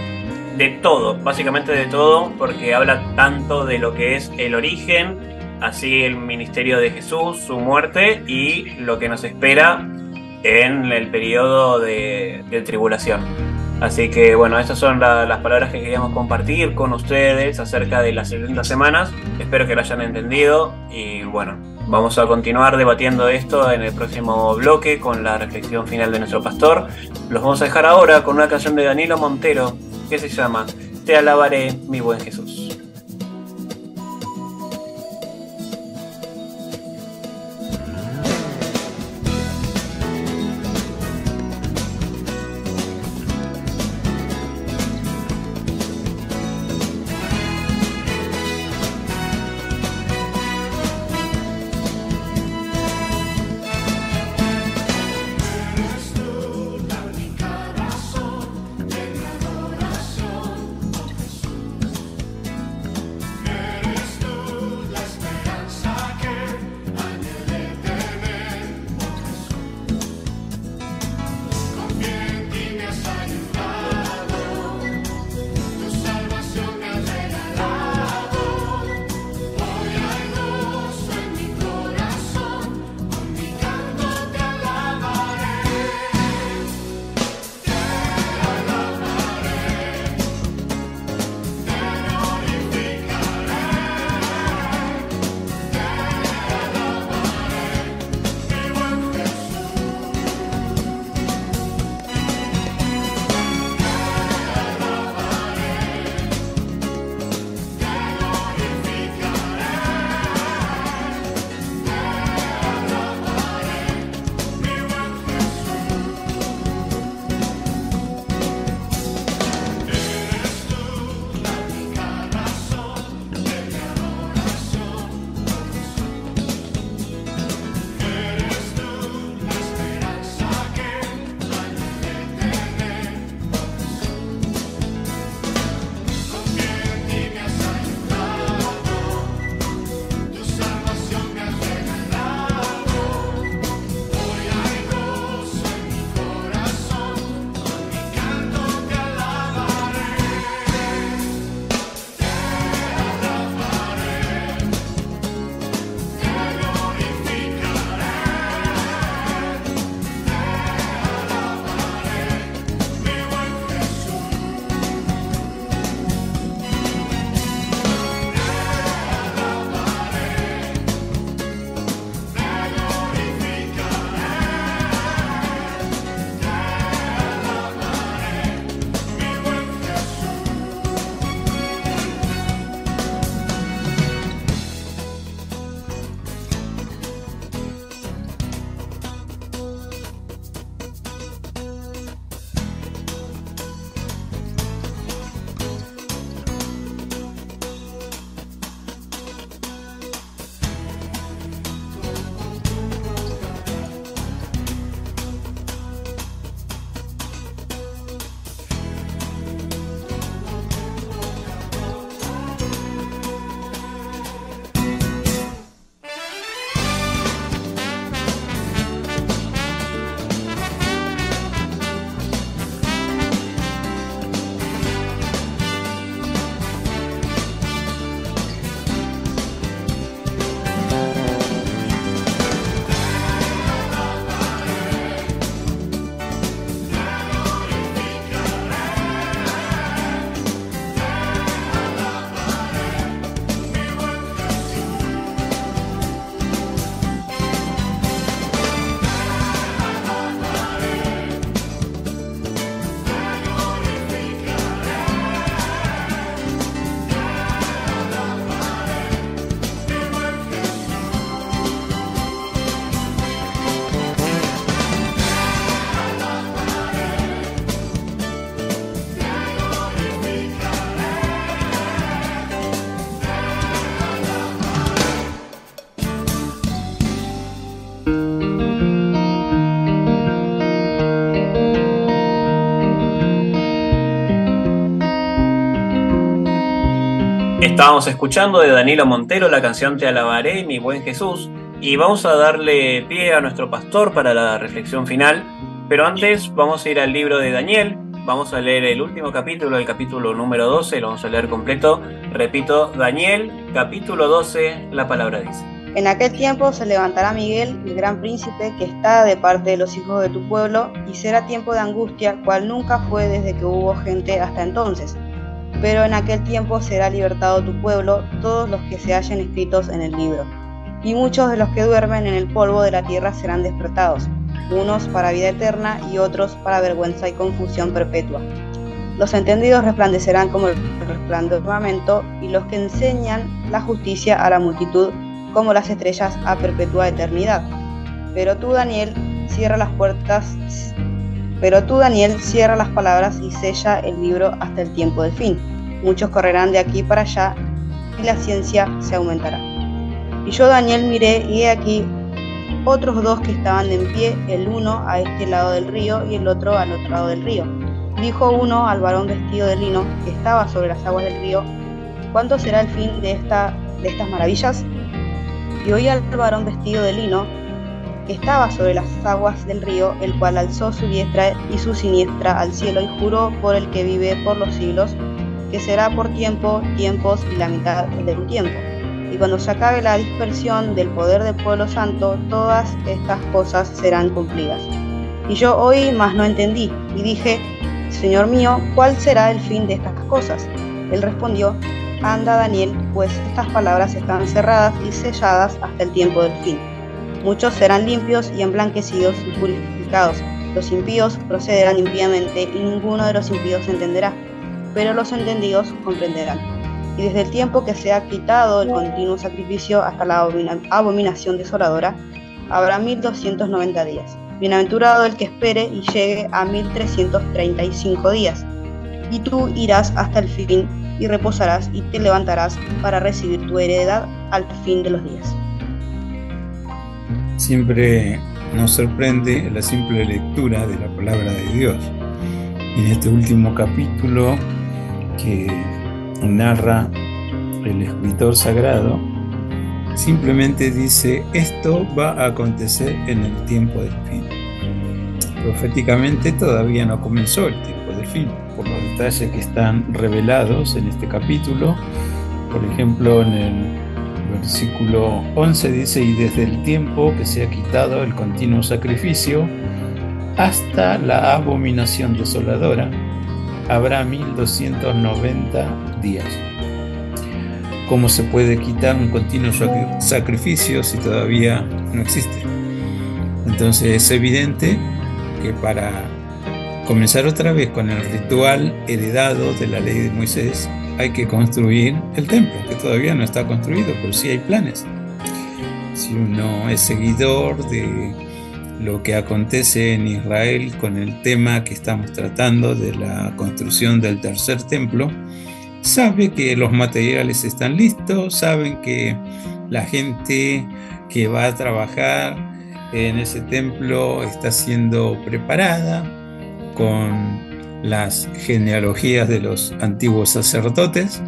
[SPEAKER 1] de todo, básicamente de todo, porque habla tanto de lo que es el origen, así el ministerio de Jesús, su muerte y lo que nos espera en el periodo de, de tribulación. Así que bueno, estas son la, las palabras que queríamos compartir con ustedes acerca de las setenta semanas. Espero que lo hayan entendido y bueno, vamos a continuar debatiendo esto en el próximo bloque con la reflexión final de nuestro pastor. Los vamos a dejar ahora con una canción de Danilo Montero que se llama Te alabaré, mi buen Jesús. Estábamos escuchando de Danilo Montero la canción Te alabaré, mi buen Jesús, y vamos a darle pie a nuestro pastor para la reflexión final, pero antes vamos a ir al libro de Daniel, vamos a leer el último capítulo, el capítulo número doce, lo vamos a leer completo. Repito, Daniel, capítulo doce, la palabra dice:
[SPEAKER 3] En aquel tiempo se levantará Miguel, el gran príncipe, que está de parte de los hijos de tu pueblo, y será tiempo de angustia, cual nunca fue desde que hubo gente hasta entonces. Pero en aquel tiempo será libertado tu pueblo, todos los que se hallen escritos en el libro. Y muchos de los que duermen en el polvo de la tierra serán despertados, unos para vida eterna y otros para vergüenza y confusión perpetua. Los entendidos resplandecerán como el resplandor del firmamento, y los que enseñan la justicia a la multitud como las estrellas a perpetua eternidad. Pero tú, Daniel, cierra las puertas, pero tú, Daniel, cierra las palabras y sella el libro hasta el tiempo del fin. Muchos correrán de aquí para allá, y la ciencia se aumentará. Y yo, Daniel, miré, y he aquí otros dos que estaban en pie, el uno a este lado del río y el otro al otro lado del río. Dijo uno al varón vestido de lino, que estaba sobre las aguas del río: ¿Cuánto será el fin de, esta, de estas maravillas? Y oí al varón vestido de lino, que estaba sobre las aguas del río, el cual alzó su diestra y su siniestra al cielo, y juró por el que vive por los siglos, que será por tiempo, tiempos y la mitad de un tiempo. Y cuando se acabe la dispersión del poder del pueblo santo, todas estas cosas serán cumplidas. Y yo oí, mas no entendí, y dije: Señor mío, ¿cuál será el fin de estas cosas? Él respondió: Anda, Daniel, pues estas palabras están cerradas y selladas hasta el tiempo del fin. Muchos serán limpios y emblanquecidos y purificados. Los impíos procederán impíamente, y ninguno de los impíos entenderá, pero los entendidos comprenderán. Y desde el tiempo que se ha quitado el continuo sacrificio hasta la abomina- abominación desoladora, habrá mil doscientos noventa días. Bienaventurado el que espere y llegue a mil trescientos treinta y cinco días. Y tú irás hasta el fin, y reposarás y te levantarás para recibir tu heredad al fin de los días.
[SPEAKER 4] Siempre nos sorprende la simple lectura de la palabra de Dios. Y en este último capítulo que narra el escritor sagrado, simplemente dice: esto va a acontecer en el tiempo del fin. Proféticamente todavía no comenzó el tiempo del fin, por los detalles que están revelados en este capítulo. Por ejemplo, en el versículo once dice: y desde el tiempo que se ha quitado el continuo sacrificio hasta la abominación desoladora, habrá mil doscientos noventa días. ¿Cómo se puede quitar un continuo sacrificio si todavía no existe? Entonces es evidente que para comenzar otra vez con el ritual heredado de la ley de Moisés, hay que construir el templo, que todavía no está construido, pero sí hay planes. Si uno es seguidor de lo que acontece en Israel con el tema que estamos tratando de la construcción del tercer templo, sabe que los materiales están listos, saben que la gente que va a trabajar en ese templo está siendo preparada con las genealogías de los antiguos sacerdotes,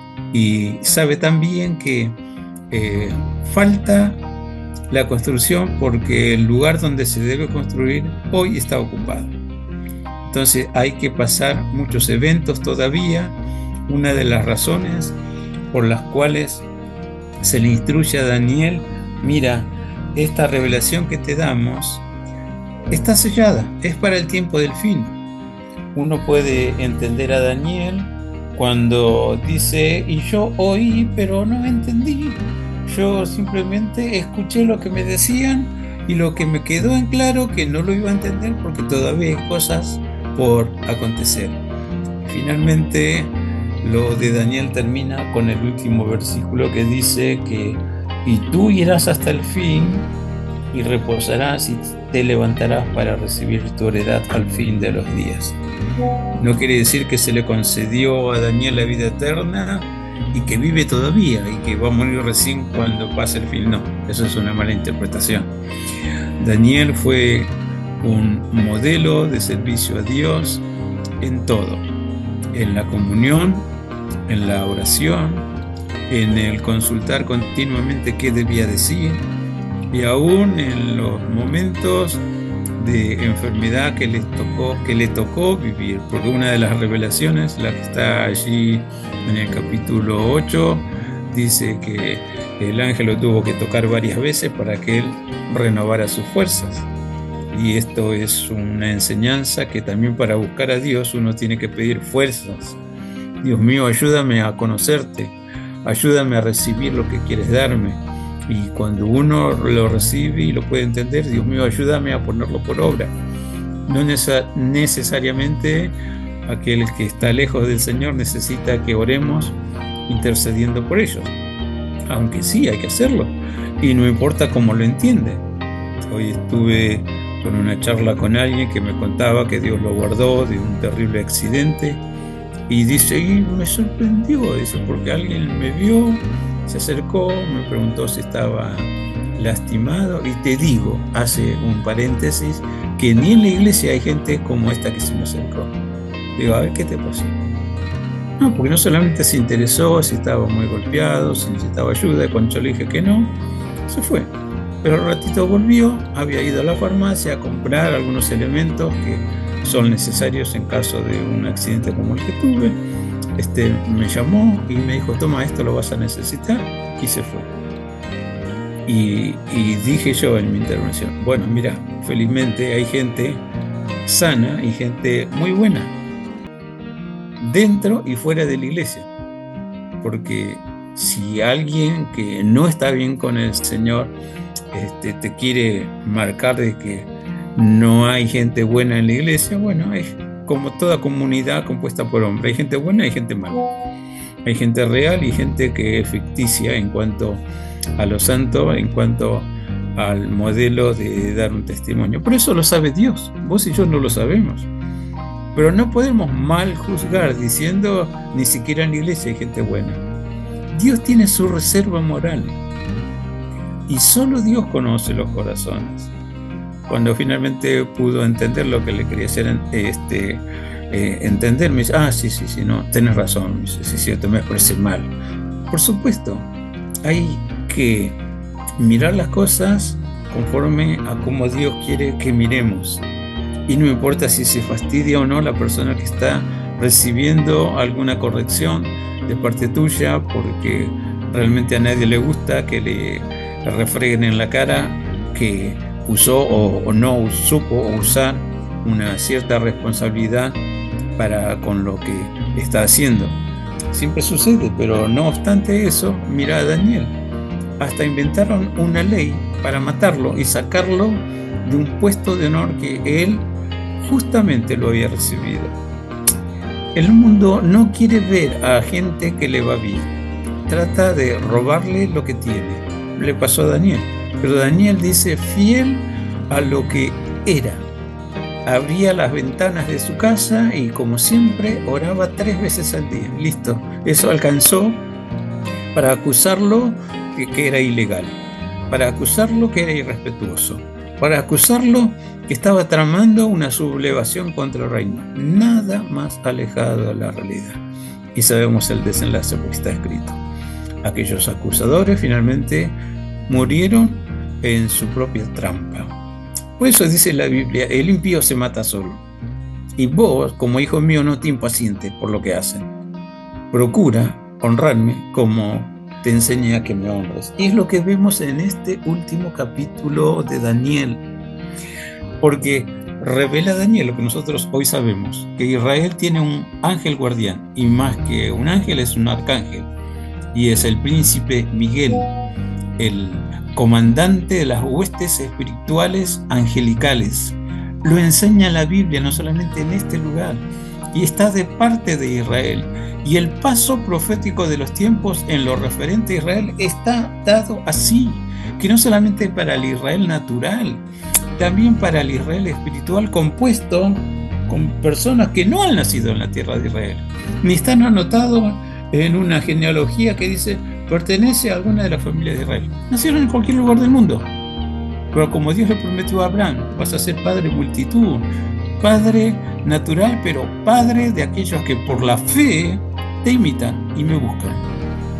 [SPEAKER 4] y sabe también que eh, falta la construcción porque el lugar donde se debe construir hoy está ocupado. Entonces hay que pasar muchos eventos todavía. Una de las razones por las cuales se le instruye a Daniel: mira, esta revelación que te damos está sellada, es para el tiempo del fin. Uno puede entender a Daniel cuando dice: y yo oí pero no entendí, yo simplemente escuché lo que me decían y lo que me quedó en claro que no lo iba a entender porque todavía hay cosas por acontecer. Finalmente lo de Daniel termina con el último versículo que dice que y tú irás hasta el fin y reposarás y te levantarás para recibir tu heredad al fin de los días. No quiere decir que se le concedió a Daniel la vida eterna y que vive todavía y que va a morir recién cuando pase el fin. No, eso es una mala interpretación. Daniel fue un modelo de servicio a Dios en todo, en la comunión, en la oración, en el consultar continuamente qué debía decir, y aún en los momentos de enfermedad que le tocó, que le tocó vivir, porque una de las revelaciones, la que está allí en el capítulo ocho, dice que el ángel lo tuvo que tocar varias veces para que él renovara sus fuerzas. Y esto es una enseñanza que también para buscar a Dios uno tiene que pedir fuerzas. Dios mío, ayúdame a conocerte, ayúdame a recibir lo que quieres darme. Y cuando uno lo recibe y lo puede entender, Dios mío, ayúdame a ponerlo por obra. No necesariamente aquel que está lejos del Señor necesita que oremos intercediendo por ellos, aunque sí hay que hacerlo, y no importa cómo lo entiende. Hoy estuve con una charla con alguien que me contaba que Dios lo guardó de un terrible accidente, y dice, y me sorprendió, dice, porque alguien me vio, se acercó, me preguntó si estaba lastimado, y te digo, hace un paréntesis, que ni en la iglesia hay gente como esta que se me acercó. Digo, a ver, ¿qué te pasó? No, porque no solamente se interesó si estaba muy golpeado, si necesitaba ayuda, y cuando yo le dije que no, se fue. Pero al ratito volvió, había ido a la farmacia a comprar algunos elementos que son necesarios en caso de un accidente como el que tuve. Este, me llamó y me dijo, toma, esto lo vas a necesitar, y se fue. Y, y dije yo en mi intervención, bueno, mira, felizmente hay gente sana y gente muy buena, dentro y fuera de la iglesia, porque si alguien que no está bien con el Señor este, te quiere marcar de que no hay gente buena en la iglesia, bueno, es como toda comunidad compuesta por hombres, hay gente buena y hay gente mala, hay gente real y gente que es ficticia en cuanto a lo santo, en cuanto al modelo de dar un testimonio. Por eso lo sabe Dios, vos y yo no lo sabemos. Pero no podemos mal juzgar diciendo ni siquiera en la iglesia hay gente buena. Dios tiene su reserva moral y solo Dios conoce los corazones. Cuando finalmente pudo entender lo que le quería hacer este, eh, entender, me dice, ah, sí, sí, sí, no, tenés razón, me dice, sí, sí, te me parece mal. Por supuesto, hay que mirar las cosas conforme a cómo Dios quiere que miremos. Y no importa si se fastidia o no la persona que está recibiendo alguna corrección de parte tuya, porque realmente a nadie le gusta que le, le refreguen en la cara que usó o, o no supo usar una cierta responsabilidad para con lo que está haciendo. Siempre sucede, pero no obstante eso, mira a Daniel. Hasta inventaron una ley para matarlo y sacarlo de un puesto de honor que él justamente lo había recibido. El mundo no quiere ver a gente que le va bien, trata de robarle lo que tiene. Le pasó a Daniel, pero Daniel dice fiel a lo que era. Abría las ventanas de su casa y como siempre oraba tres veces al día. Listo, eso alcanzó para acusarlo de que era ilegal, para acusarlo que era irrespetuoso, para acusarlo que estaba tramando una sublevación contra el reino. Nada más alejado de la realidad. Y sabemos el desenlace porque está escrito. Aquellos acusadores finalmente murieron en su propia trampa. Por eso dice la Biblia, el impío se mata solo. Y vos, como hijo mío, no te impacientes por lo que hacen. Procura honrarme como te enseñé a que me honres. Y es lo que vemos en este último capítulo de Daniel. Porque revela Daniel lo que nosotros hoy sabemos, que Israel tiene un ángel guardián, y más que un ángel es un arcángel, y es el príncipe Miguel, el comandante de las huestes espirituales angelicales. Lo enseña la Biblia, no solamente en este lugar, y está de parte de Israel. Y el paso profético de los tiempos en lo referente a Israel está dado así, que no solamente para el Israel natural, también para el Israel espiritual compuesto con personas que no han nacido en la tierra de Israel, ni están anotados en una genealogía que dice pertenece a alguna de las familias de Israel. Nacieron en cualquier lugar del mundo, pero como Dios le prometió a Abraham, vas a ser padre de multitud, padre natural, pero padre de aquellos que por la fe te imitan y me buscan.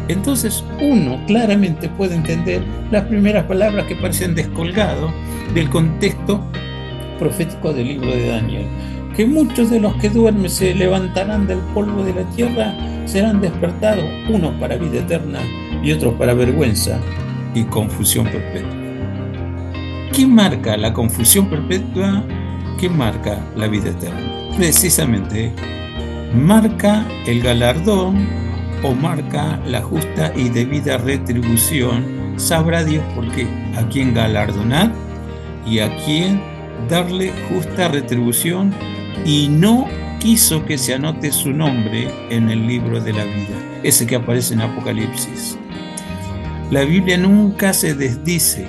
[SPEAKER 4] Entonces uno claramente puede entender las primeras palabras que parecen descolgados del contexto profético del libro de Daniel, que muchos de los que duermen se levantarán del polvo de la tierra, serán despertados, unos para vida eterna y otros para vergüenza y confusión perpetua. ¿Qué marca la confusión perpetua? ¿Qué marca la vida eterna? Precisamente, marca el galardón o marca la justa y debida retribución. Sabrá Dios por qué, a quién galardonar y a quién darle justa retribución, y no quiso que se anote su nombre en el libro de la vida, ese que aparece en Apocalipsis. La Biblia nunca se desdice.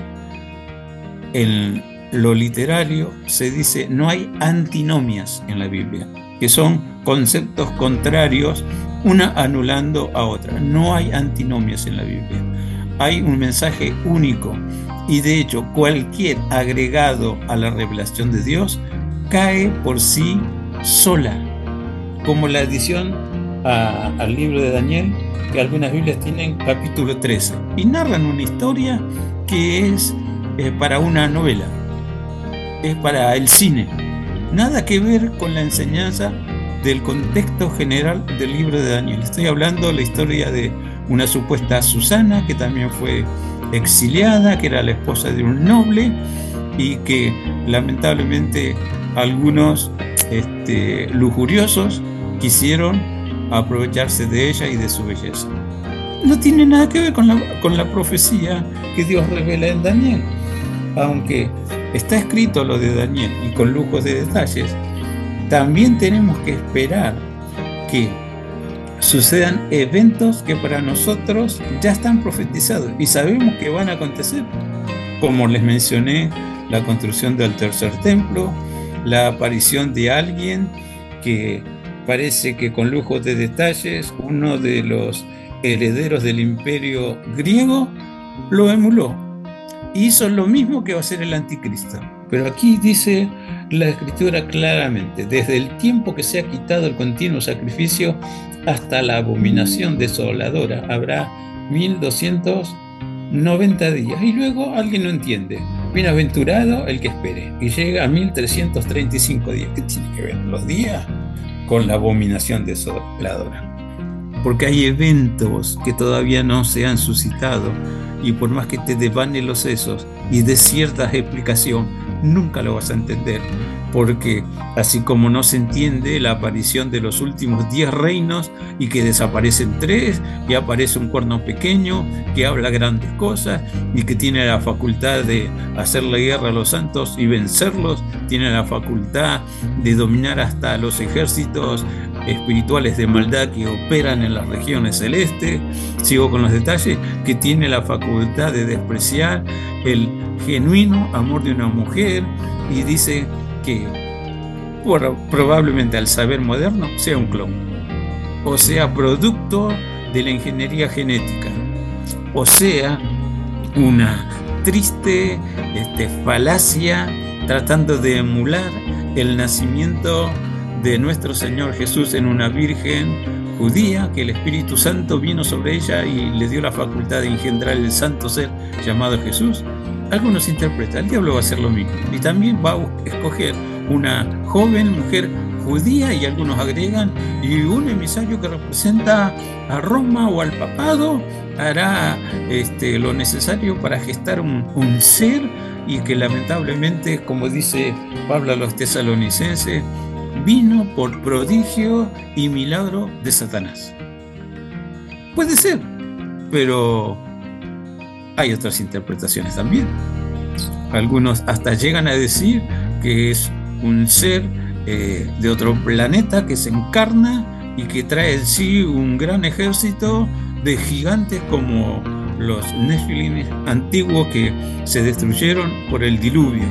[SPEAKER 4] En lo literario se dice no hay antinomias en la Biblia, que son conceptos contrarios, una anulando a otra. No hay antinomias en la Biblia. Hay un mensaje único, y de hecho cualquier agregado a la revelación de Dios cae por sí sola, como la adición a, al libro de Daniel, que algunas Biblias tienen capítulo trece y narran una historia que es eh, para una novela, es para el cine, nada que ver con la enseñanza del contexto general del libro de Daniel. Estoy hablando de la historia de una supuesta Susana, que también fue exiliada, que era la esposa de un noble y que lamentablemente algunos este, lujuriosos quisieron aprovecharse de ella y de su belleza. No tiene nada que ver con la, con la profecía que Dios revela en Daniel, aunque está escrito lo de Daniel y con lujos de detalles. También tenemos que esperar que sucedan eventos que para nosotros ya están profetizados y sabemos que van a acontecer, como les mencioné, la construcción del tercer templo, la aparición de alguien que parece que con lujos de detalles uno de los herederos del imperio griego lo emuló. Hizo lo mismo que va a hacer el anticristo. Pero aquí dice la Escritura claramente, desde el tiempo que se ha quitado el continuo sacrificio hasta la abominación desoladora habrá mil doscientos noventa días. Y luego alguien no entiende. Bienaventurado el que espere. Y llega a mil trescientos treinta y cinco días. ¿Qué tiene que ver los días con la abominación desoladora? Porque hay eventos que todavía no se han suscitado, y por más que te devane los sesos y des cierta explicación, nunca lo vas a entender, porque así como no se entiende la aparición de los últimos diez reinos y que desaparecen tres y aparece un cuerno pequeño que habla grandes cosas y que tiene la facultad de hacerle guerra a los santos y vencerlos, tiene la facultad de dominar hasta los ejércitos espirituales de maldad que operan en las regiones celestes, sigo con los detalles, que tiene la facultad de despreciar el genuino amor de una mujer, y dice que bueno, probablemente al saber moderno sea un clon, o sea producto de la ingeniería genética, o sea una triste este, falacia tratando de emular el nacimiento de nuestro Señor Jesús en una virgen judía, que el Espíritu Santo vino sobre ella y le dio la facultad de engendrar el santo ser llamado Jesús. Algunos interpretan, el diablo va a hacer lo mismo y también va a escoger una joven mujer judía, y algunos agregan, y un emisario que representa a Roma o al papado hará este, lo necesario para gestar un, un ser, y que lamentablemente, como dice Pablo a los tesalonicenses, vino por prodigio y milagro de Satanás. Puede ser, pero hay otras interpretaciones también. Algunos hasta llegan a decir que es un ser eh, de otro planeta que se encarna y que trae en sí un gran ejército de gigantes como los Nefilim antiguos que se destruyeron por el diluvio.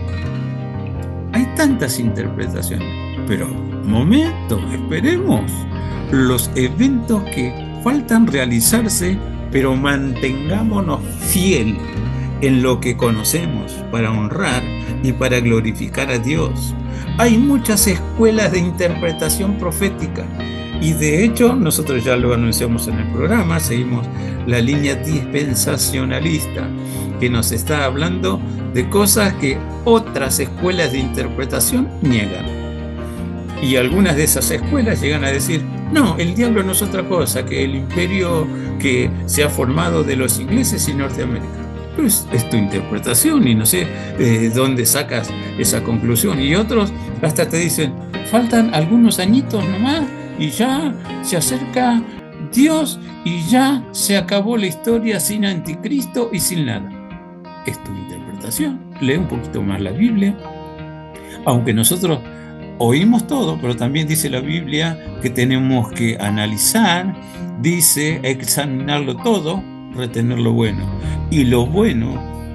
[SPEAKER 4] Hay tantas interpretaciones, pero momento, esperemos los eventos que faltan realizarse, pero mantengámonos fiel en lo que conocemos para honrar y para glorificar a Dios. Hay muchas escuelas de interpretación profética Y de hecho, nosotros ya lo anunciamos en el programa, seguimos la línea dispensacionalista, que nos está hablando de cosas que otras escuelas de interpretación niegan. Y algunas de esas escuelas llegan a decir, no, el diablo no es otra cosa que el imperio que se ha formado de los ingleses y Norteamérica. Pero es, es tu interpretación y no sé de dónde sacas esa conclusión. Y otros hasta te dicen, faltan algunos añitos nomás y ya se acerca Dios y ya se acabó la historia sin anticristo y sin nada. Es tu interpretación. Lee un poquito más la Biblia. Aunque nosotros oímos todo, pero también dice la Biblia que tenemos que analizar, dice examinarlo todo, retener lo bueno. Y lo bueno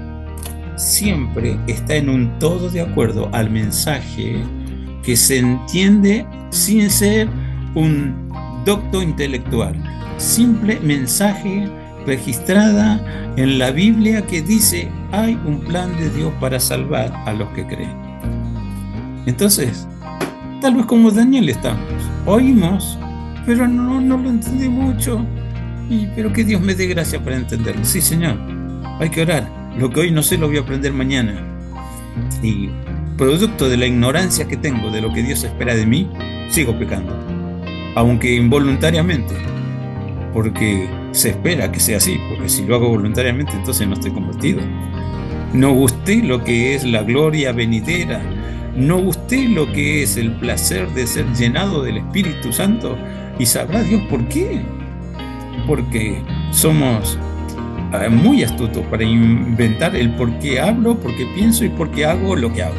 [SPEAKER 4] siempre está en un todo de acuerdo al mensaje que se entiende sin ser un docto intelectual. Simple mensaje registrada en la Biblia que dice hay un plan de Dios para salvar a los que creen. Entonces, tal vez como Daniel estamos, oímos, pero no, no lo entendí mucho, y, pero que Dios me dé gracia para entenderlo. Sí, Señor, hay que orar, lo que hoy no sé lo voy a aprender mañana, y producto de la ignorancia que tengo de lo que Dios espera de mí, sigo pecando, aunque involuntariamente, porque se espera que sea así, porque si lo hago voluntariamente entonces no estoy convertido. No gusté lo que es la gloria venidera, no gusté lo que es el placer de ser llenado del Espíritu Santo, y sabrá Dios por qué, porque somos muy astutos para inventar el por qué hablo, por qué pienso y por qué hago lo que hago.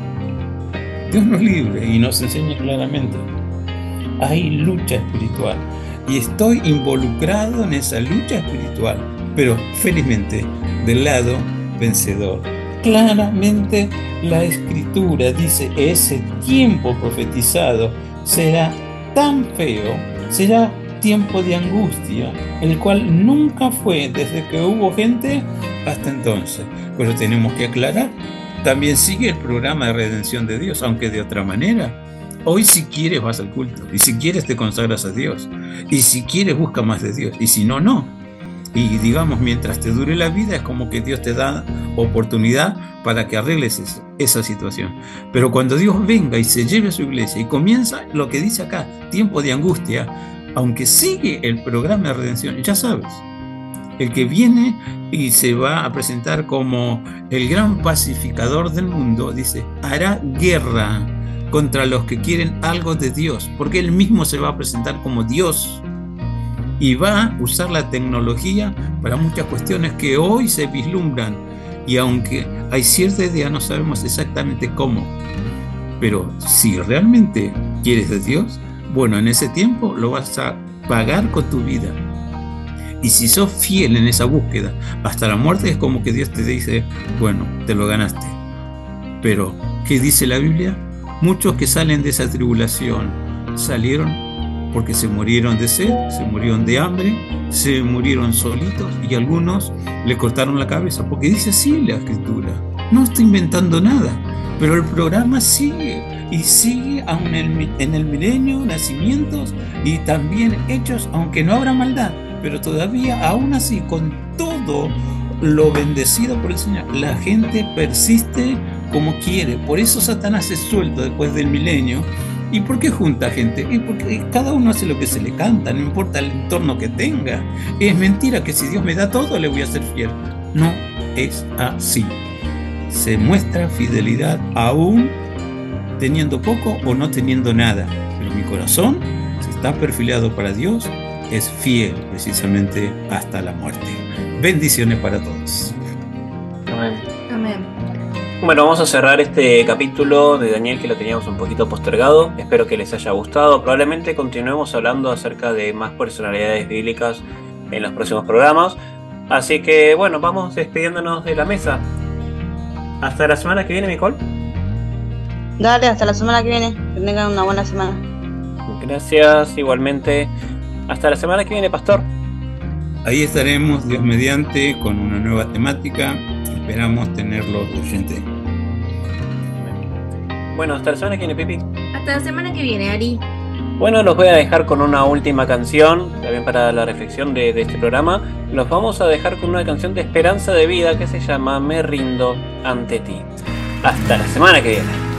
[SPEAKER 4] Dios nos libre y nos enseña claramente. Hay lucha espiritual y estoy involucrado en esa lucha espiritual, pero felizmente del lado vencedor. Claramente la Escritura dice, ese tiempo profetizado será tan feo, será tiempo de angustia, el cual nunca fue desde que hubo gente hasta entonces. Pero tenemos que aclarar, también sigue el programa de redención de Dios, aunque de otra manera. Hoy si quieres vas al culto, y si quieres te consagras a Dios, y si quieres busca más de Dios, y si no, no. Y digamos, mientras te dure la vida es como que Dios te da oportunidad para que arregles esa, esa situación. Pero cuando Dios venga y se lleve a su iglesia y comienza lo que dice acá, tiempo de angustia, aunque sigue el programa de redención, ya sabes, el que viene y se va a presentar como el gran pacificador del mundo, dice, hará guerra contra los que quieren algo de Dios, porque él mismo se va a presentar como Dios y va a usar la tecnología para muchas cuestiones que hoy se vislumbran, y aunque hay cierta idea no sabemos exactamente cómo, pero si realmente quieres de Dios, bueno, en ese tiempo lo vas a pagar con tu vida. Y si sos fiel en esa búsqueda hasta la muerte, es como que Dios te dice, bueno, te lo ganaste. Pero, ¿qué dice la Biblia? Muchos que salen de esa tribulación salieron porque se murieron de sed, se murieron de hambre, se murieron solitos, y algunos le cortaron la cabeza, porque dice así la Escritura. No estoy inventando nada, pero el programa sigue, y sigue aún en el milenio, nacimientos y también hechos, aunque no habrá maldad, pero todavía aún así, con todo lo bendecido por el Señor, la gente persiste como quiere. Por eso Satanás es suelto después del milenio. ¿Y por qué junta gente? Y porque cada uno hace lo que se le canta, no importa el entorno que tenga. Es mentira que si Dios me da todo le voy a ser fiel. No es así. Se muestra fidelidad aún teniendo poco o no teniendo nada. Pero mi corazón, si está perfilado para Dios, es fiel precisamente hasta la muerte. Bendiciones para todos.
[SPEAKER 1] Amén.
[SPEAKER 2] Amén.
[SPEAKER 1] Bueno, vamos a cerrar este capítulo de Daniel, que lo teníamos un poquito postergado. Espero que les haya gustado. Probablemente continuemos hablando acerca de más personalidades bíblicas en los próximos programas. Así que bueno, vamos despidiéndonos de la mesa. Hasta la semana que viene, Nicole.
[SPEAKER 3] Dale, hasta la semana que viene. Que tengan una buena semana.
[SPEAKER 1] Gracias, igualmente. Hasta la semana que viene, Pastor.
[SPEAKER 4] Ahí estaremos, Dios mediante, con una nueva temática. Esperamos tenerlos oyentes.
[SPEAKER 1] Bueno, hasta la semana que viene, Pipi.
[SPEAKER 2] Hasta la semana que viene, Ari.
[SPEAKER 1] Bueno, los voy a dejar con una última canción, también para la reflexión de, de este programa. Los vamos a dejar con una canción de esperanza de vida que se llama Me rindo ante ti. Hasta la semana que viene.